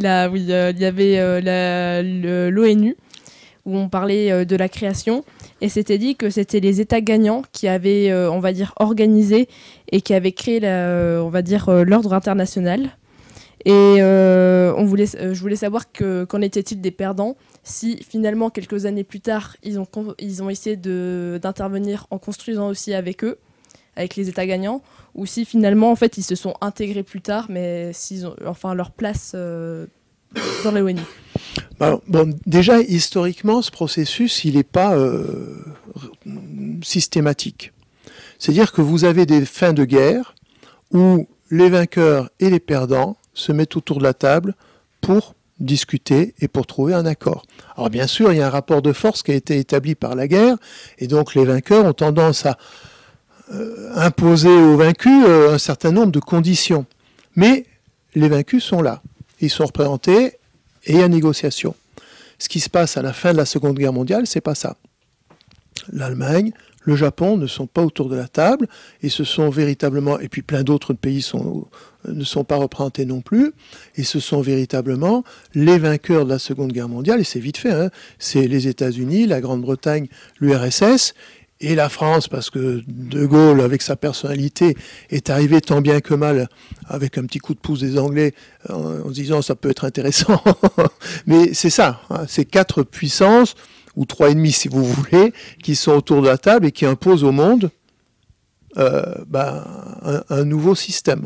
[SPEAKER 5] l'ONU, où on parlait de la création, et c'était dit que c'était les États gagnants qui avaient, on va dire, organisé et qui avaient créé, l'ordre international. Et je voulais savoir qu'en était-il des perdants, si finalement, quelques années plus tard, ils ont essayé d'intervenir en construisant aussi avec eux, avec les États gagnants, ou si finalement, en fait, ils se sont intégrés plus tard, mais s'ils ont leur place dans la ONU.
[SPEAKER 7] Bon, déjà, historiquement, ce processus, il n'est pas systématique. C'est-à-dire que vous avez des fins de guerre où les vainqueurs et les perdants se mettent autour de la table pour discuter et pour trouver un accord. Alors bien sûr, il y a un rapport de force qui a été établi par la guerre, et donc les vainqueurs ont tendance à imposer aux vaincus un certain nombre de conditions. Mais les vaincus sont là, ils sont représentés et il y a négociation. Ce qui se passe à la fin de la Seconde Guerre mondiale, c'est pas ça. L'Allemagne, le Japon ne sont pas autour de la table, et ce sont véritablement, et puis plein d'autres pays ne sont pas représentés non plus, et ce sont véritablement les vainqueurs de la Seconde Guerre mondiale, et c'est vite fait, hein, c'est les États-Unis, la Grande-Bretagne, l'URSS, et la France, parce que De Gaulle, avec sa personnalité, est arrivé tant bien que mal, avec un petit coup de pouce des Anglais, en se disant ça peut être intéressant. Mais c'est ça, hein, c'est 4 puissances, ou 3,5 si vous voulez, qui sont autour de la table et qui imposent au monde un nouveau système.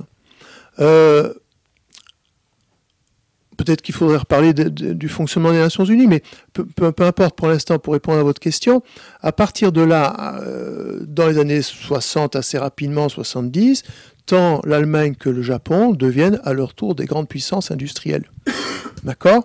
[SPEAKER 7] Peut-être qu'il faudrait reparler du fonctionnement des Nations Unies, mais peu importe pour l'instant, pour répondre à votre question. À partir de là, dans les années 60, assez rapidement, 70, tant l'Allemagne que le Japon deviennent à leur tour des grandes puissances industrielles. D'accord ?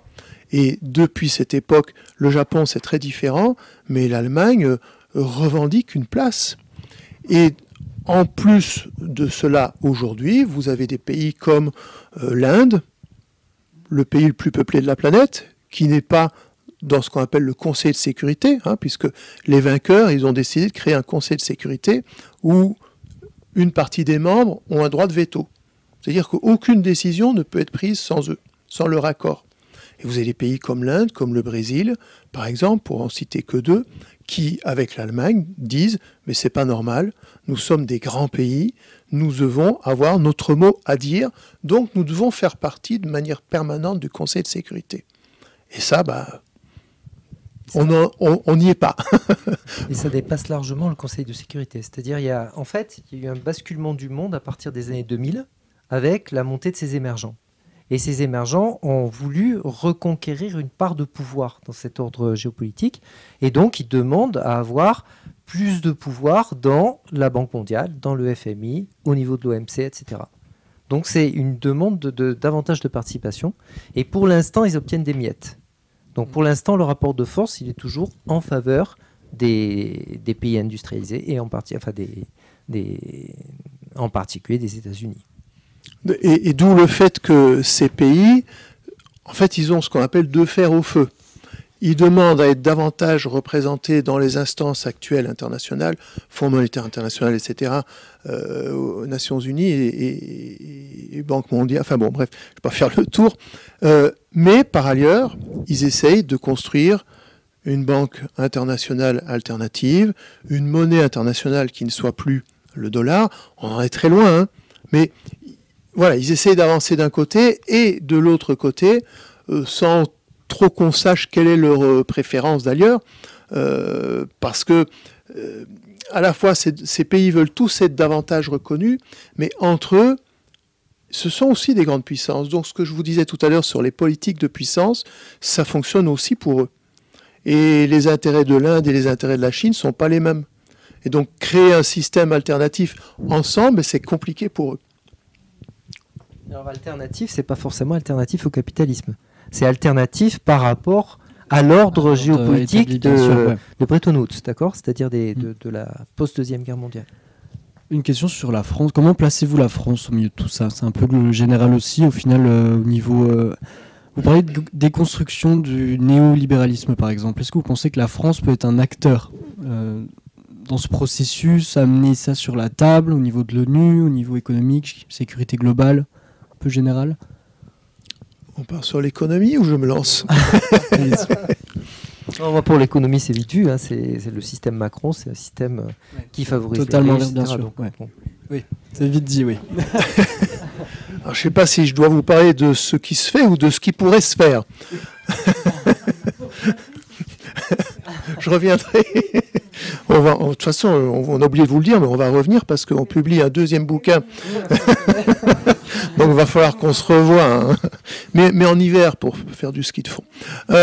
[SPEAKER 7] Et depuis cette époque, le Japon, c'est très différent, mais l'Allemagne revendique une place. Et en plus de cela, aujourd'hui, vous avez des pays comme l'Inde, le pays le plus peuplé de la planète, qui n'est pas dans ce qu'on appelle le Conseil de sécurité, hein, puisque les vainqueurs, ils ont décidé de créer un Conseil de sécurité où une partie des membres ont un droit de veto. C'est-à-dire qu'aucune décision ne peut être prise sans eux, sans leur accord. Et vous avez des pays comme l'Inde, comme le Brésil, par exemple, pour en citer que 2, qui, avec l'Allemagne, disent « mais c'est pas normal, nous sommes des grands pays, nous devons avoir notre mot à dire, donc nous devons faire partie de manière permanente du Conseil de sécurité. » Et ça, on n'y est pas.
[SPEAKER 8] Et ça dépasse largement le Conseil de sécurité. C'est-à-dire, il y a eu un basculement du monde à partir des années 2000 avec la montée de ces émergents. Et ces émergents ont voulu reconquérir une part de pouvoir dans cet ordre géopolitique. Et donc, ils demandent à avoir plus de pouvoir dans la Banque mondiale, dans le FMI, au niveau de l'OMC, etc. Donc, c'est une demande davantage de participation. Et pour l'instant, ils obtiennent des miettes. Donc, pour l'instant, le rapport de force, il est toujours en faveur des pays industrialisés et en particulier des États-Unis.
[SPEAKER 7] Et d'où le fait que ces pays, en fait, ils ont ce qu'on appelle deux fers au feu. Ils demandent à être davantage représentés dans les instances actuelles internationales, Fonds monétaire international, etc., aux Nations Unies et Banque mondiale. Enfin bon, bref, je ne vais pas faire le tour. Mais par ailleurs, ils essayent de construire une banque internationale alternative, une monnaie internationale qui ne soit plus le dollar. On en est très loin, hein, mais voilà, ils essayent d'avancer d'un côté et de l'autre côté, sans trop qu'on sache quelle est leur préférence d'ailleurs, parce que à la fois ces pays veulent tous être davantage reconnus, mais entre eux, ce sont aussi des grandes puissances. Donc ce que je vous disais tout à l'heure sur les politiques de puissance, ça fonctionne aussi pour eux. Et les intérêts de l'Inde et les intérêts de la Chine ne sont pas les mêmes. Et donc créer un système alternatif ensemble, c'est compliqué pour eux.
[SPEAKER 8] Alors, alternatif, c'est pas forcément alternatif au capitalisme. C'est alternatif par rapport à l'ordre géopolitique de Bretton Woods, d'accord ? C'est-à-dire de la post-deuxième guerre mondiale.
[SPEAKER 6] Une question sur la France. Comment placez-vous la France au milieu de tout ça ? C'est un peu le général aussi, au final, au niveau... Vous parlez de déconstruction du néolibéralisme, par exemple. Est-ce que vous pensez que la France peut être un acteur dans ce processus, amener ça sur la table, au niveau de l'ONU, au niveau économique, sécurité globale, un peu général ?
[SPEAKER 7] On part sur l'économie ou je me lance ?
[SPEAKER 8] Non, pour l'économie, c'est vite vu. Hein. C'est le système Macron, c'est un système qui favorise
[SPEAKER 6] totalement
[SPEAKER 8] les riches,
[SPEAKER 6] bien
[SPEAKER 8] etc.
[SPEAKER 6] sûr.
[SPEAKER 8] Donc,
[SPEAKER 6] Ouais.
[SPEAKER 8] bon.
[SPEAKER 6] Oui, c'est vite dit, oui.
[SPEAKER 7] Alors, je ne sais pas si je dois vous parler de ce qui se fait ou de ce qui pourrait se faire. Je reviendrai. De toute façon, on a oublié de vous le dire, mais on va revenir parce qu'on publie un deuxième bouquin. Donc il va falloir qu'on se revoie. Hein. Mais en hiver pour faire du ski de fond.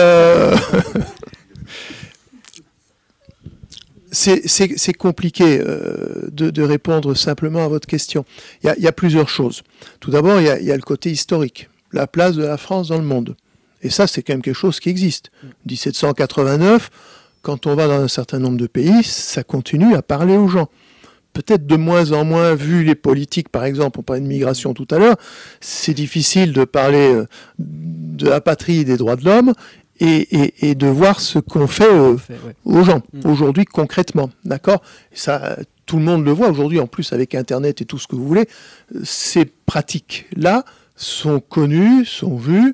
[SPEAKER 7] C'est compliqué de répondre simplement à votre question. Il y a plusieurs choses. Tout d'abord, il y a le côté historique, la place de la France dans le monde. Et ça, c'est quand même quelque chose qui existe. 1789, quand on va dans un certain nombre de pays, ça continue à parler aux gens. Peut-être de moins en moins, vu les politiques, par exemple, on parlait de migration tout à l'heure, c'est difficile de parler de la patrie et des droits de l'homme et de voir ce qu'on fait aux gens, aujourd'hui, concrètement. D'accord ? Ça, tout le monde le voit aujourd'hui, en plus, avec Internet et tout ce que vous voulez. Ces pratiques-là sont connues, sont vues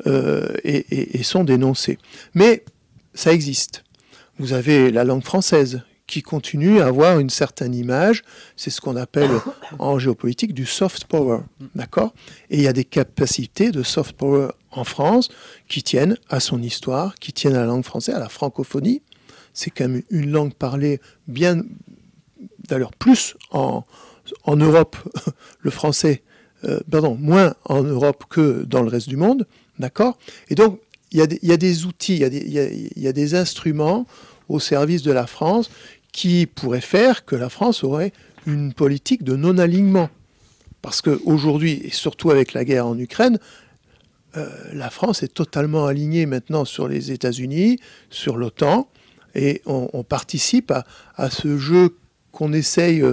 [SPEAKER 7] et sont dénoncées. Mais ça existe. Vous avez la langue française qui continue à avoir une certaine image, c'est ce qu'on appelle en géopolitique du soft power, d'accord ? Et il y a des capacités de soft power en France qui tiennent à son histoire, qui tiennent à la langue française, à la francophonie. C'est quand même une langue parlée bien, d'ailleurs plus en Europe, le français, moins en Europe que dans le reste du monde, d'accord ? Et donc, il y a des outils, il y a des instruments au service de la France qui pourraient faire que la France aurait une politique de non-alignement. Parce qu'aujourd'hui, et surtout avec la guerre en Ukraine, la France est totalement alignée maintenant sur les États-Unis, sur l'OTAN, et on participe à ce jeu qu'on essaye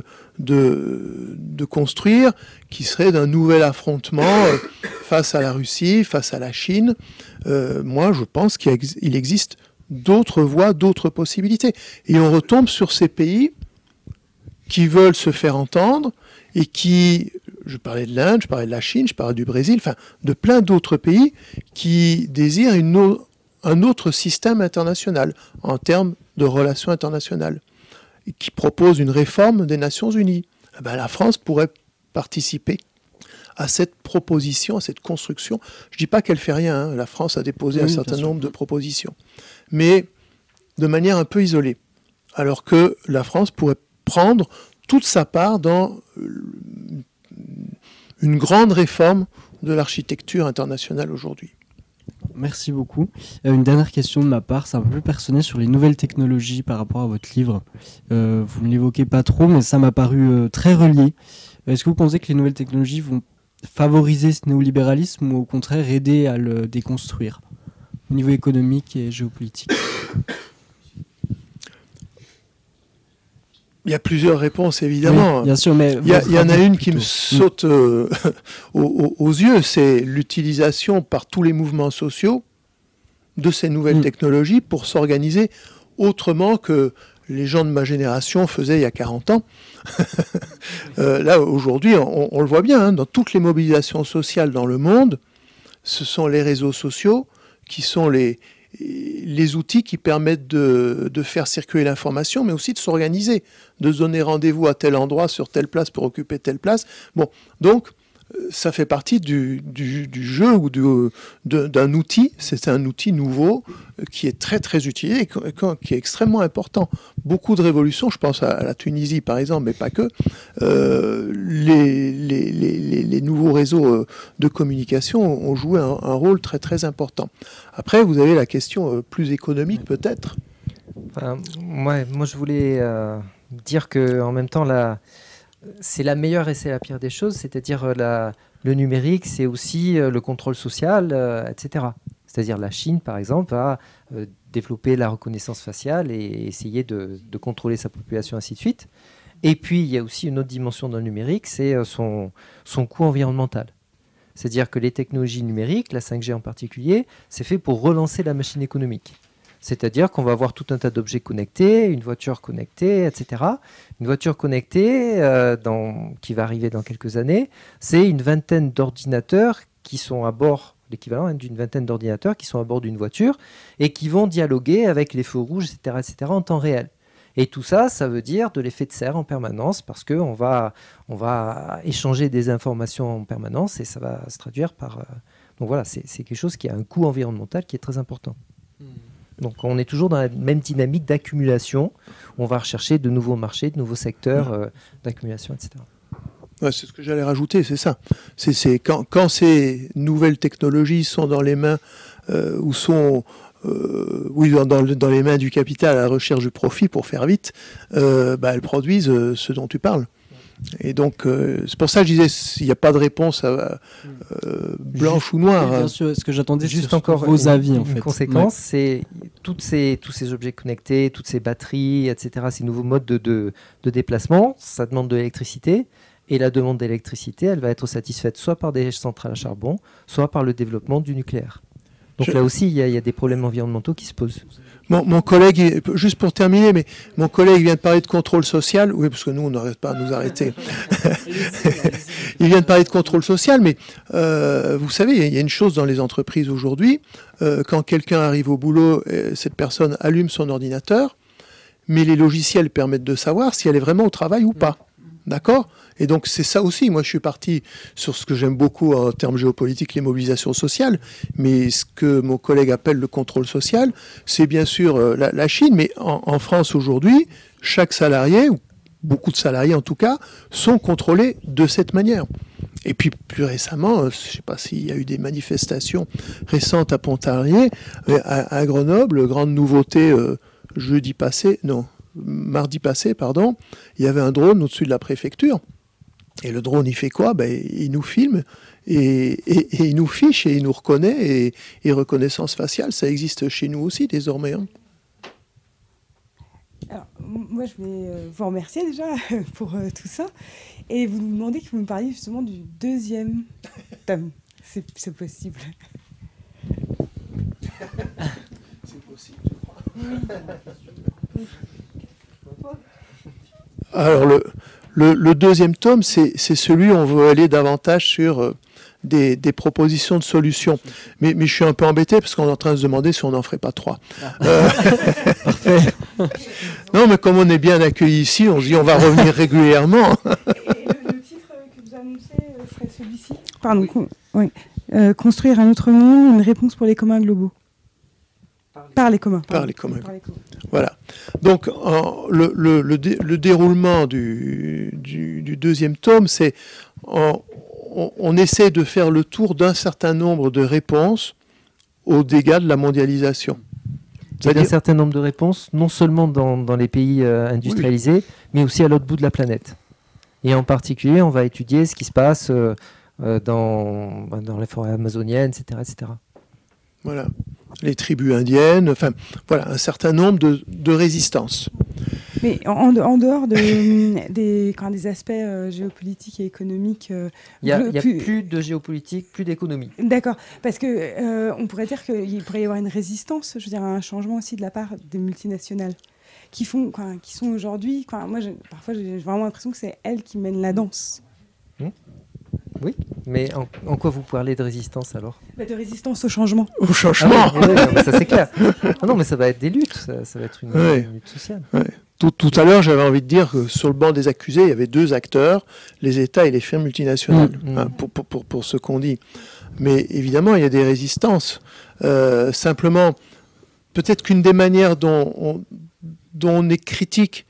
[SPEAKER 7] de construire, qui serait d'un nouvel affrontement face à la Russie, face à la Chine. Moi, je pense qu'il existe d'autres voies, d'autres possibilités. Et on retombe sur ces pays qui veulent se faire entendre et qui, je parlais de l'Inde, je parlais de la Chine, je parlais du Brésil, enfin de plein d'autres pays qui désirent un autre système international en termes de relations internationales, et qui proposent une réforme des Nations Unies. Eh ben, la France pourrait participer à cette proposition, à cette construction. Je ne dis pas qu'elle fait rien, hein. La France a déposé un certain nombre de propositions, mais de manière un peu isolée, alors que la France pourrait prendre toute sa part dans une grande réforme de l'architecture internationale aujourd'hui.
[SPEAKER 6] Merci beaucoup. Une dernière question de ma part, c'est un peu plus personnel sur les nouvelles technologies par rapport à votre livre. Vous ne l'évoquez pas trop, mais ça m'a paru très relié. Est-ce que vous pensez que les nouvelles technologies vont favoriser ce néolibéralisme ou au contraire aider à le déconstruire au niveau économique et géopolitique ?
[SPEAKER 7] Il y a plusieurs réponses, évidemment.
[SPEAKER 6] Oui, bien sûr, mais
[SPEAKER 7] il y en a une qui me saute aux yeux, c'est l'utilisation par tous les mouvements sociaux de ces nouvelles technologies pour s'organiser autrement que les gens de ma génération faisaient il y a 40 ans. Là, aujourd'hui, on le voit bien, hein, dans toutes les mobilisations sociales dans le monde, ce sont les réseaux sociaux qui sont les outils qui permettent de faire circuler l'information, mais aussi de s'organiser, de se donner rendez-vous à tel endroit, sur telle place, pour occuper telle place. Bon, donc, ça fait partie du jeu ou d'un outil. C'est un outil nouveau qui est très, très utilisé et qui est extrêmement important. Beaucoup de révolutions, je pense à la Tunisie, par exemple, mais pas que, les nouveaux réseaux de communication ont joué un rôle très, très important. Après, vous avez la question plus économique, peut-être.
[SPEAKER 8] Enfin, moi, je voulais dire qu'en même temps, c'est la meilleure et c'est la pire des choses, c'est-à-dire le numérique, c'est aussi le contrôle social, etc. C'est-à-dire la Chine, par exemple, va développer la reconnaissance faciale et essayer de contrôler sa population, ainsi de suite. Et puis, il y a aussi une autre dimension dans le numérique, c'est son coût environnemental. C'est-à-dire que les technologies numériques, la 5G en particulier, c'est fait pour relancer la machine économique. C'est-à-dire qu'on va avoir tout un tas d'objets connectés, une voiture connectée, etc. Une voiture connectée qui va arriver dans quelques années, c'est une vingtaine d'ordinateurs qui sont à bord, l'équivalent d'une vingtaine d'ordinateurs qui sont à bord d'une voiture et qui vont dialoguer avec les feux rouges, etc., en temps réel. Et tout ça, ça veut dire de l'effet de serre en permanence parce qu'on va échanger des informations en permanence et ça va se traduire par... Donc voilà, c'est quelque chose qui a un coût environnemental qui est très important. Donc on est toujours dans la même dynamique d'accumulation. On va rechercher de nouveaux marchés, de nouveaux secteurs d'accumulation, etc.
[SPEAKER 7] Ouais, c'est ce que j'allais rajouter, c'est ça. C'est quand ces nouvelles technologies sont dans les mains ou sont dans les mains du capital à la recherche du profit, pour faire vite, elles produisent ce dont tu parles. Et donc, c'est pour ça que je disais, il n'y a pas de réponse blanche ou noire.
[SPEAKER 6] Bien sûr, ce que j'attendais,
[SPEAKER 8] juste
[SPEAKER 6] c'est
[SPEAKER 8] encore
[SPEAKER 6] vos avis, en
[SPEAKER 8] une
[SPEAKER 6] fait.
[SPEAKER 8] conséquence, c'est tous ces objets connectés, toutes ces batteries, etc., ces nouveaux modes de déplacement, ça demande de l'électricité. Et la demande d'électricité, elle va être satisfaite soit par des centrales à charbon, soit par le développement du nucléaire. Donc là aussi, il y a des problèmes environnementaux qui se posent.
[SPEAKER 7] Mon collègue, juste pour terminer, mais mon collègue vient de parler de contrôle social. Oui, parce que nous, on n'arrête pas à nous arrêter. Il vient de parler de contrôle social, mais vous savez, il y a une chose dans les entreprises aujourd'hui. Quand quelqu'un arrive au boulot, cette personne allume son ordinateur, mais les logiciels permettent de savoir si elle est vraiment au travail ou pas. D'accord ? Et donc c'est ça aussi, moi je suis parti sur ce que j'aime beaucoup en termes géopolitiques, les mobilisations sociales, mais ce que mon collègue appelle le contrôle social, c'est bien sûr la Chine, mais en France aujourd'hui, chaque salarié, ou beaucoup de salariés en tout cas, sont contrôlés de cette manière. Et puis plus récemment, je ne sais pas s'il y a eu des manifestations récentes à Pontarlier, à Grenoble, grande nouveauté mardi passé, il y avait un drone au-dessus de la préfecture. Et le drone, il fait quoi ? Il nous filme et il nous fiche et il nous reconnaît. Et reconnaissance faciale, ça existe chez nous aussi désormais. Hein.
[SPEAKER 9] Alors, moi, je vais vous remercier déjà pour tout ça. Et vous demander que vous me parliez justement du deuxième tome. C'est possible.
[SPEAKER 7] C'est possible, je crois. Alors, le deuxième tome, c'est celui où on veut aller davantage sur des propositions de solutions. Mais je suis un peu embêté parce qu'on est en train de se demander si on n'en ferait pas 3.
[SPEAKER 6] Parfait.
[SPEAKER 7] Non, mais comme on est bien accueillis ici, on se dit on va revenir régulièrement.
[SPEAKER 9] Et le titre que vous annoncez serait celui-ci ? Pardon. Oui. Construire un autre monde, une réponse pour les communs globaux. Par les communs.
[SPEAKER 7] Par les communs. Voilà. Donc, le déroulement du deuxième tome, c'est on essaie de faire le tour d'un certain nombre de réponses aux dégâts de la mondialisation.
[SPEAKER 8] Il y a un certain nombre de réponses, non seulement dans les pays industrialisés, mais aussi à l'autre bout de la planète. Et en particulier, on va étudier ce qui se passe dans les forêts amazoniennes, etc., etc.
[SPEAKER 7] Voilà. Les tribus indiennes, enfin, voilà, un certain nombre de résistances.
[SPEAKER 9] Mais en dehors des aspects géopolitiques et économiques...
[SPEAKER 8] il n'y a plus de géopolitique, plus d'économie.
[SPEAKER 9] D'accord, parce qu'on pourrait dire qu'il pourrait y avoir une résistance, je veux dire, un changement aussi de la part des multinationales, qui sont aujourd'hui... Parfois, j'ai vraiment l'impression que c'est elles qui mènent la danse.
[SPEAKER 8] Oui, mais en quoi vous parlez de résistance alors ?
[SPEAKER 9] De résistance au changement.
[SPEAKER 7] Au changement.
[SPEAKER 8] Oui, ça c'est clair. Non, mais ça va être des luttes, ça va être une lutte sociale.
[SPEAKER 7] Ouais. Tout à l'heure, j'avais envie de dire que sur le banc des accusés, il y avait 2 acteurs, les États et les firmes multinationales, pour ce qu'on dit. Mais évidemment, il y a des résistances. Simplement, peut-être qu'une des manières dont on est critique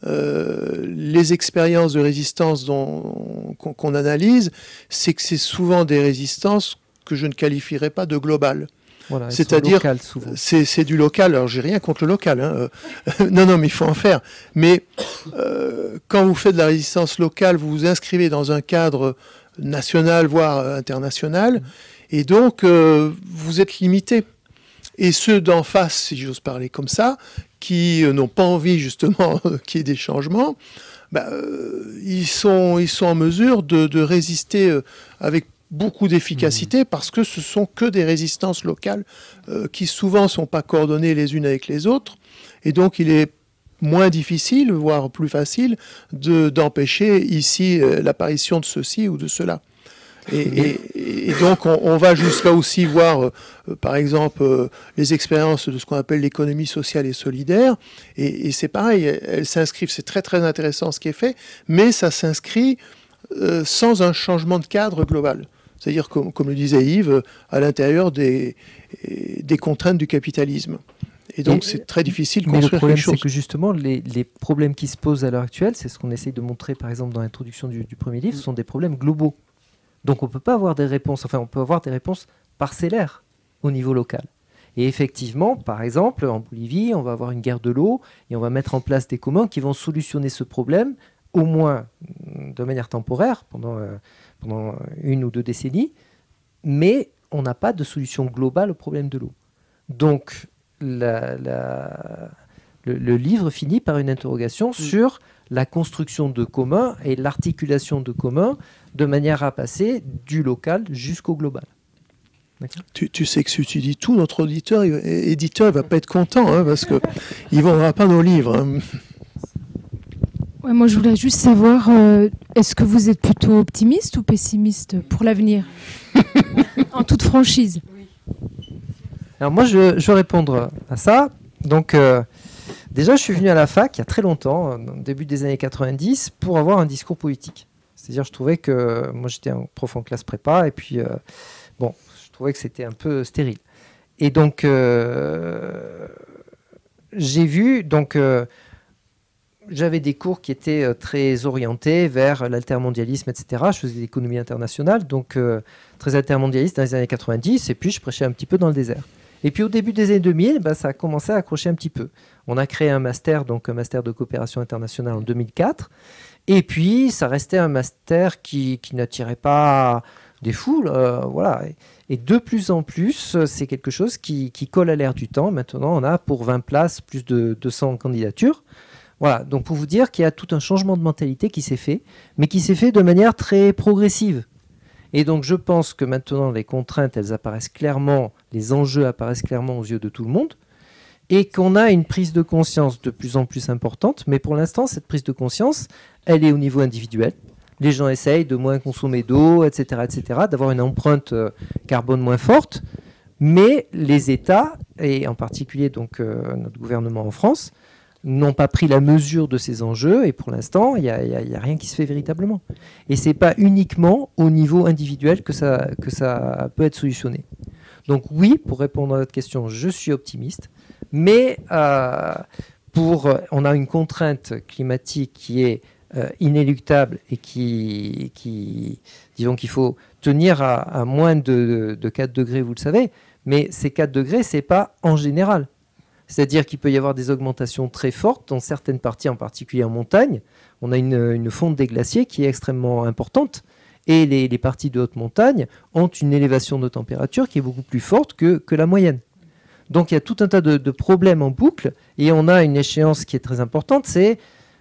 [SPEAKER 7] les expériences de résistance qu'on analyse, c'est que c'est souvent des résistances que je ne qualifierais pas de globales.
[SPEAKER 8] Voilà,
[SPEAKER 7] c'est-à-dire,
[SPEAKER 8] souvent.
[SPEAKER 7] c'est du local. Alors, j'ai rien contre le local. Hein. Non, mais il faut en faire. Mais quand vous faites de la résistance locale, vous vous inscrivez dans un cadre national, voire international, et donc vous êtes limité. Et ceux d'en face, si j'ose parler comme ça, qui n'ont pas envie justement qu'il y ait des changements, ils sont en mesure de résister avec beaucoup d'efficacité parce que ce sont que des résistances locales qui souvent ne sont pas coordonnées les unes avec les autres. Et donc il est moins difficile, voire plus facile, d'empêcher ici l'apparition de ceci ou de cela. Et donc on va jusqu'à aussi voir, par exemple, les expériences de ce qu'on appelle l'économie sociale et solidaire. Et c'est pareil, elles s'inscrivent, c'est très très intéressant ce qui est fait, mais ça s'inscrit sans un changement de cadre global. C'est-à-dire, comme le disait Yves, à l'intérieur des contraintes du capitalisme. Et donc, c'est très difficile de construire quelque chose.
[SPEAKER 8] Mais le problème, c'est que justement, les problèmes qui se posent à l'heure actuelle, c'est ce qu'on essaye de montrer, par exemple, dans l'introduction du premier livre, ce sont des problèmes globaux. Donc, on ne peut pas avoir des réponses, enfin, on peut avoir des réponses parcellaires au niveau local. Et effectivement, par exemple, en Bolivie, on va avoir une guerre de l'eau et on va mettre en place des communs qui vont solutionner ce problème, au moins de manière temporaire, pendant 1 ou 2 décennies, mais on n'a pas de solution globale au problème de l'eau. Donc, le livre finit par une interrogation sur la construction de communs et l'articulation de communs de manière à passer du local jusqu'au global.
[SPEAKER 7] Tu sais que si tu dis tout, notre éditeur ne va pas être content, hein, parce qu'il ne vendra pas nos livres. Hein.
[SPEAKER 10] Ouais, moi, je voulais juste savoir, est-ce que vous êtes plutôt optimiste ou pessimiste pour l'avenir? En toute franchise.
[SPEAKER 8] Alors moi, je vais répondre à ça. Donc, déjà, je suis venu à la fac il y a très longtemps, au début des années 90, pour avoir un discours politique. C'est-à-dire, je trouvais que... Moi, j'étais un prof en classe prépa, et puis, je trouvais que c'était un peu stérile. Et donc, j'ai vu... j'avais des cours qui étaient très orientés vers l'altermondialisme, etc. Je faisais de l'économie internationale, donc très altermondialiste dans les années 90, et puis je prêchais un petit peu dans le désert. Et puis au début des années 2000, ça a commencé à accrocher un petit peu. On a créé un master, donc un master de coopération internationale en 2004, et puis ça restait un master qui n'attirait pas des foules, voilà. Et de plus en plus, c'est quelque chose qui colle à l'air du temps. Maintenant, on a pour 20 places plus de 200 candidatures. Voilà, donc pour vous dire qu'il y a tout un changement de mentalité qui s'est fait, mais qui s'est fait de manière très progressive. Et donc je pense que maintenant les contraintes, elles apparaissent clairement, les enjeux apparaissent clairement aux yeux de tout le monde, et qu'on a une prise de conscience de plus en plus importante, mais pour l'instant, cette prise de conscience, elle est au niveau individuel. Les gens essayent de moins consommer d'eau, etc., d'avoir une empreinte carbone moins forte, mais les États, et en particulier donc, notre gouvernement en France, n'ont pas pris la mesure de ces enjeux, et pour l'instant, il n'y a rien qui se fait véritablement. Et ce n'est pas uniquement au niveau individuel que ça peut être solutionné. Donc oui, pour répondre à votre question, je suis optimiste, mais on a une contrainte climatique qui est inéluctable et disons qu'il faut tenir à moins de 4 degrés, vous le savez, mais ces 4 degrés, ce n'est pas en général. C'est-à-dire qu'il peut y avoir des augmentations très fortes dans certaines parties, en particulier en montagne. On a une fonte des glaciers qui est extrêmement importante. Et les parties de haute montagne ont une élévation de température qui est beaucoup plus forte que la moyenne. Donc il y a tout un tas de problèmes en boucle. Et on a une échéance qui est très importante, c'est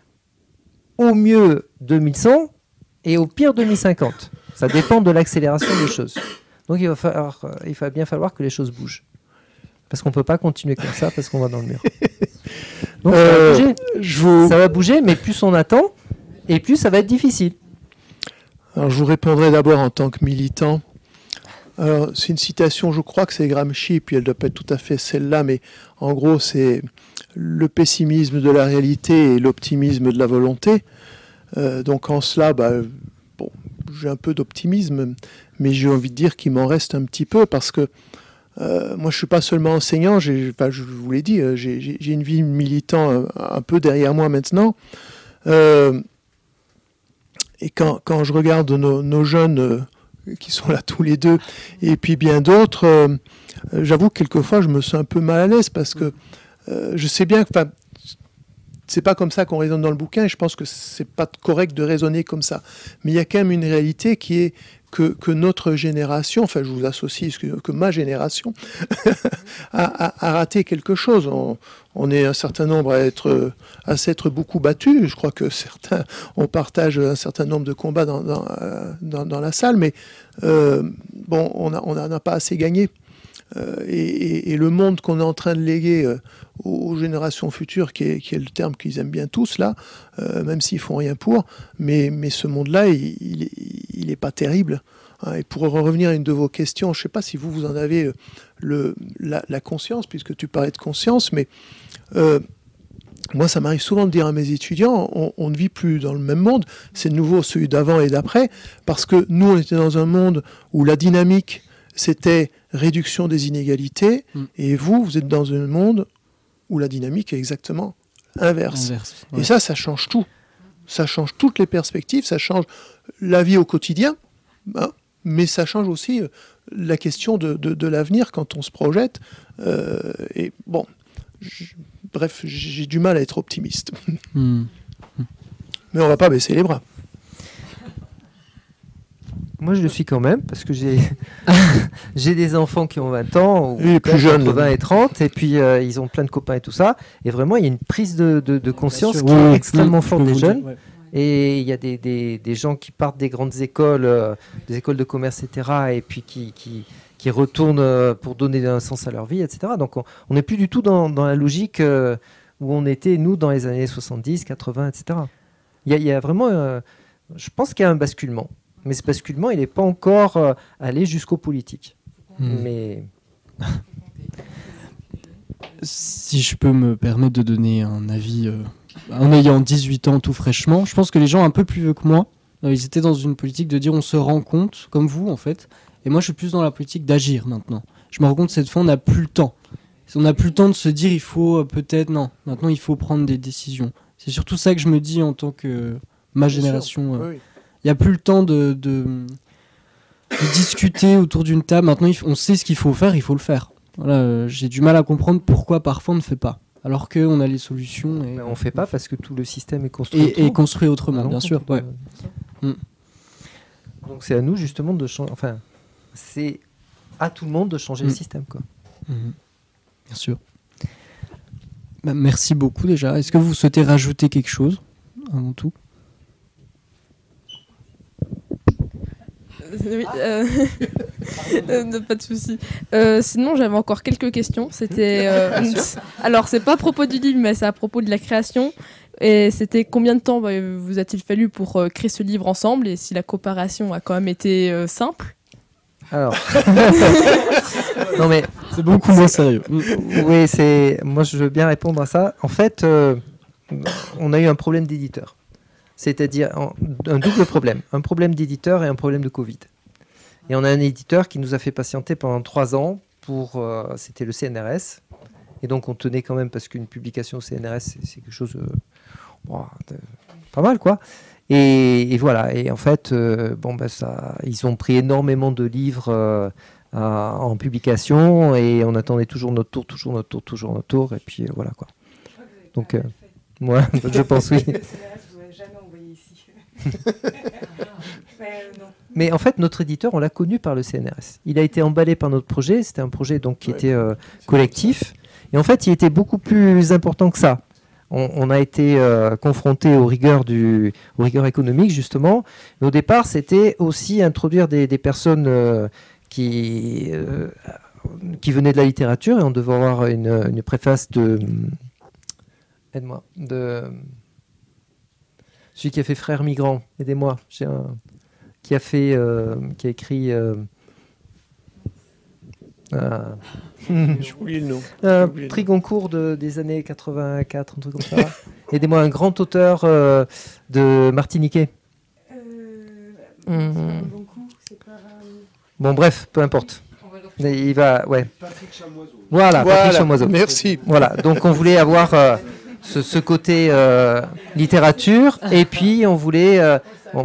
[SPEAKER 8] au mieux 2100 et au pire 2050. Ça dépend de l'accélération des choses. Donc il va bien falloir que les choses bougent. Parce qu'on ne peut pas continuer comme ça, parce qu'on va dans le mur. Donc ça va bouger. Ça va bouger, mais plus on attend, et plus ça va être difficile.
[SPEAKER 7] Alors je vous répondrai d'abord en tant que militant. Alors c'est une citation, je crois que c'est Gramsci, puis elle ne doit pas être tout à fait celle-là, mais en gros c'est le pessimisme de la réalité et l'optimisme de la volonté. Donc en cela, j'ai un peu d'optimisme, mais j'ai envie de dire qu'il m'en reste un petit peu, parce que moi, je ne suis pas seulement enseignant, je vous l'ai dit, j'ai une vie militant un peu derrière moi maintenant. Et quand je regarde nos jeunes qui sont là tous les deux, et puis bien d'autres, j'avoue que quelquefois, je me sens un peu mal à l'aise, parce que je sais bien que c'est pas comme ça qu'on raisonne dans le bouquin, et je pense que c'est pas correct de raisonner comme ça. Mais il y a quand même une réalité qui est que notre génération, enfin je vous associe, que ma génération a raté quelque chose. On est un certain nombre à s'être beaucoup battus. Je crois que certains, on partage un certain nombre de combats dans la salle, mais on n'a pas assez gagné. Et le monde qu'on est en train de léguer aux générations futures, qui est le terme qu'ils aiment bien tous là, même s'ils font rien pour, mais ce monde-là, il est pas terrible. Hein. Et pour revenir à une de vos questions, je ne sais pas si vous en avez la conscience, puisque tu parlais de conscience, mais moi, ça m'arrive souvent de dire à mes étudiants, on ne vit plus dans le même monde, c'est de nouveau celui d'avant et d'après, parce que nous, on était dans un monde où la dynamique, c'était réduction des inégalités, et vous êtes dans un monde où la dynamique est exactement inverse. Ouais. Et ça change tout. Ça change toutes les perspectives, ça change la vie au quotidien, hein, mais ça change aussi la question de l'avenir quand on se projette. Et bon, bref, j'ai du mal à être optimiste. Mais on va pas baisser les bras.
[SPEAKER 8] Moi, je le suis quand même, parce que j'ai des enfants qui ont 20 ans, ou
[SPEAKER 7] plus jeunes,
[SPEAKER 8] 20 et 30, et puis ils ont plein de copains et tout ça. Et vraiment, il y a une prise de conscience qui est extrêmement forte des jeunes. Ouais. Et il y a des gens qui partent des grandes écoles, des écoles de commerce, etc., et puis qui retournent pour donner un sens à leur vie, etc. Donc, on n'est plus du tout dans la logique où on était, nous, dans les années 70, 80, etc. Il y a vraiment... je pense qu'il y a un basculement. Mais ce basculement, il n'est pas encore allé jusqu'aux politiques. Mais...
[SPEAKER 6] Si je peux me permettre de donner un avis, en ayant 18 ans tout fraîchement, je pense que les gens un peu plus vieux que moi, ils étaient dans une politique de dire on se rend compte, comme vous en fait, et moi je suis plus dans la politique d'agir maintenant. Je me rends compte que cette fois on n'a plus le temps. On n'a plus le temps de se dire il faut peut-être, non, maintenant il faut prendre des décisions. C'est surtout ça que je me dis en tant que ma génération. Oui. Il n'y a plus le temps de discuter autour d'une table. Maintenant, on sait ce qu'il faut faire, il faut le faire. Voilà, j'ai du mal à comprendre pourquoi parfois on ne fait pas. Alors qu'on a les solutions. Et
[SPEAKER 8] on ne fait pas parce que tout le système est construit
[SPEAKER 6] et construit autrement, bien sûr. Ouais.
[SPEAKER 8] Donc c'est à nous justement de changer. Enfin, c'est à tout le monde de changer le système, quoi.
[SPEAKER 6] Bien sûr. Bah, merci beaucoup déjà. Est-ce que vous souhaitez rajouter quelque chose avant tout ?
[SPEAKER 5] Oui, pas de souci. Sinon, j'avais encore quelques questions. C'était, alors, c'est pas à propos du livre, mais c'est à propos de la création. Et c'était combien de temps vous a-t-il fallu pour créer ce livre ensemble, et si la coopération a quand même été simple?
[SPEAKER 8] Alors, non mais
[SPEAKER 6] c'est beaucoup moins sérieux.
[SPEAKER 8] Oui, moi je veux bien répondre à ça. En fait, on a eu un problème d'éditeur. C'est-à-dire un double problème. Un problème d'éditeur et un problème de Covid. Et on a un éditeur qui nous a fait patienter pendant 3 ans c'était le CNRS. Et donc on tenait quand même, parce qu'une publication au CNRS, c'est quelque chose de pas mal, quoi. Et voilà. Et en fait, ils ont pris énormément de livres en publication, et on attendait toujours notre tour. Et puis voilà, quoi. Donc, moi, je pense oui. Mais en fait, notre éditeur, on l'a connu par le CNRS. Il a été emballé par notre projet. C'était un projet donc qui était collectif. Et en fait, il était beaucoup plus important que ça. On a été confronté aux rigueurs économiques, justement. Mais au départ, c'était aussi introduire des personnes qui venaient de la littérature, et on devait avoir une préface de... Aide-moi. Celui qui a fait Frères migrants, aidez-moi. Qui a écrit...
[SPEAKER 7] J'ai oublié le nom.
[SPEAKER 8] Prix Goncourt des années 84, un truc comme ça. Aidez-moi, un grand auteur de Martiniquais. Bon, bref, peu importe. Il va, ouais.
[SPEAKER 7] Patrick Chamoiseau.
[SPEAKER 8] Voilà, Patrick Chamoiseau.
[SPEAKER 7] Merci.
[SPEAKER 8] Voilà, donc on voulait avoir ce côté littérature, et puis on voulait...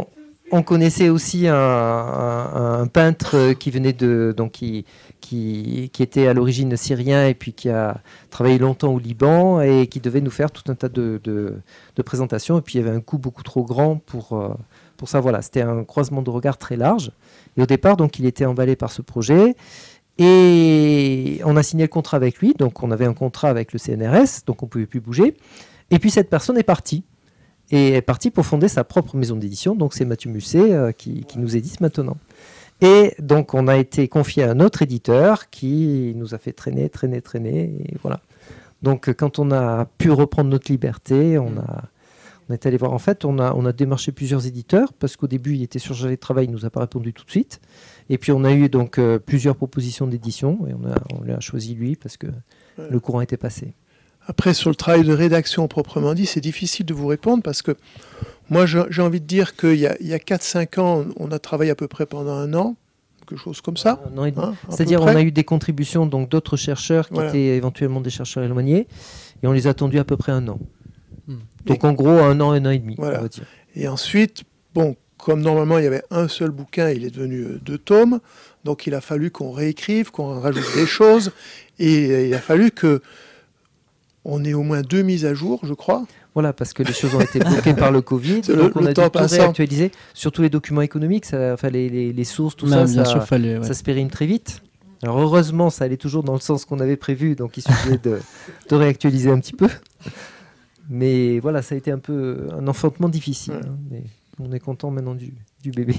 [SPEAKER 8] On connaissait aussi un peintre qui venait qui était à l'origine syrien et puis qui a travaillé longtemps au Liban et qui devait nous faire tout un tas de présentations. Et puis il y avait un coût beaucoup trop grand pour ça. Voilà, c'était un croisement de regards très large. Et au départ, donc, il était emballé par ce projet. Et on a signé le contrat avec lui. Donc on avait un contrat avec le CNRS, donc on ne pouvait plus bouger. Et puis cette personne est partie. Et est parti pour fonder sa propre maison d'édition. Donc c'est Mathieu Musset qui nous édite maintenant. Et donc on a été confié à un autre éditeur qui nous a fait traîner. Et voilà. Donc quand on a pu reprendre notre liberté, on est allé voir. En fait, on a démarché plusieurs éditeurs parce qu'au début il était surchargé de travail, il nous a pas répondu tout de suite. Et puis on a eu donc plusieurs propositions d'édition et on a choisi lui parce que le courant était passé.
[SPEAKER 7] Après, sur le travail de rédaction proprement dit, c'est difficile de vous répondre parce que moi, j'ai envie de dire qu'il y a 4-5 ans, on a travaillé à peu près pendant 1 an, quelque chose comme ça.
[SPEAKER 8] C'est-à-dire on a eu des contributions donc, d'autres chercheurs qui étaient éventuellement des chercheurs éloignés et on les a attendus à peu près 1 an. Donc en gros, 1 an et demi, on va dire.
[SPEAKER 7] Et ensuite, bon, comme normalement il y avait un seul bouquin, il est devenu 2 tomes, donc il a fallu qu'on réécrive, qu'on rajoute des choses et il a fallu que on ait au moins 2 mises à jour, je crois.
[SPEAKER 8] Voilà, parce que les choses ont été bloquées par le Covid. Donc on a dû tout réactualiser. Surtout les documents économiques, les sources, tout ça se périme très vite. Alors heureusement, ça allait toujours dans le sens qu'on avait prévu, donc il suffisait de réactualiser un petit peu. Mais voilà, ça a été un peu un enfantement difficile. Hein, mais on est content maintenant du bébé.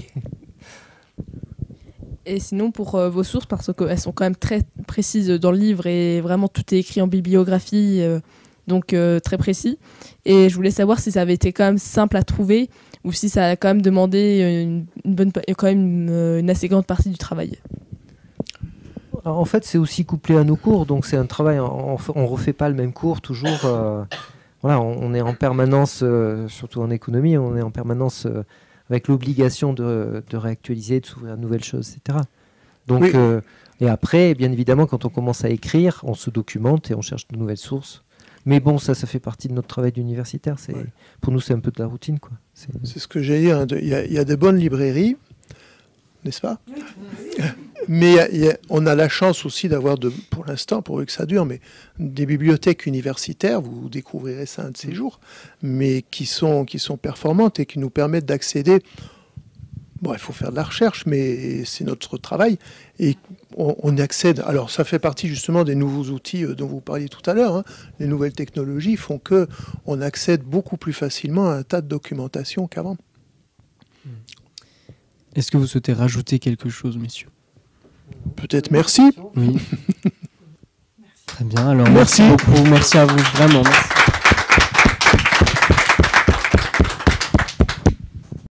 [SPEAKER 5] Et sinon, pour vos sources, parce qu'elles sont quand même très précises dans le livre et vraiment tout est écrit en bibliographie, donc très précis. Et je voulais savoir si ça avait été quand même simple à trouver ou si ça a quand même demandé une assez grande partie du travail.
[SPEAKER 8] Alors, en fait, c'est aussi couplé à nos cours, donc c'est un travail, on refait pas le même cours toujours. Voilà, on est en permanence, surtout en économie, on est en permanence avec l'obligation de réactualiser, de s'ouvrir à de nouvelles choses, etc. Donc, et après, bien évidemment, quand on commence à écrire, on se documente et on cherche de nouvelles sources. Mais bon, ça fait partie de notre travail d'universitaire. Pour nous, c'est un peu de la routine, quoi.
[SPEAKER 7] C'est ce que j'ai dit. Il y a des bonnes librairies, n'est-ce pas ? Mais on a la chance aussi d'avoir, pour l'instant, pourvu que ça dure, mais des bibliothèques universitaires, vous découvrirez ça un de ces jours, mais qui sont performantes et qui nous permettent d'accéder. Bon, il faut faire de la recherche, mais c'est notre travail. Et on y accède. Alors, ça fait partie justement des nouveaux outils dont vous parliez tout à l'heure. Hein. Les nouvelles technologies font qu'on accède beaucoup plus facilement à un tas de documentation qu'avant.
[SPEAKER 6] Est-ce que vous souhaitez rajouter quelque chose, messieurs ?
[SPEAKER 7] Peut-être merci.
[SPEAKER 6] Oui. Très bien, alors
[SPEAKER 7] merci
[SPEAKER 6] beaucoup. Merci à vous, vraiment. Merci.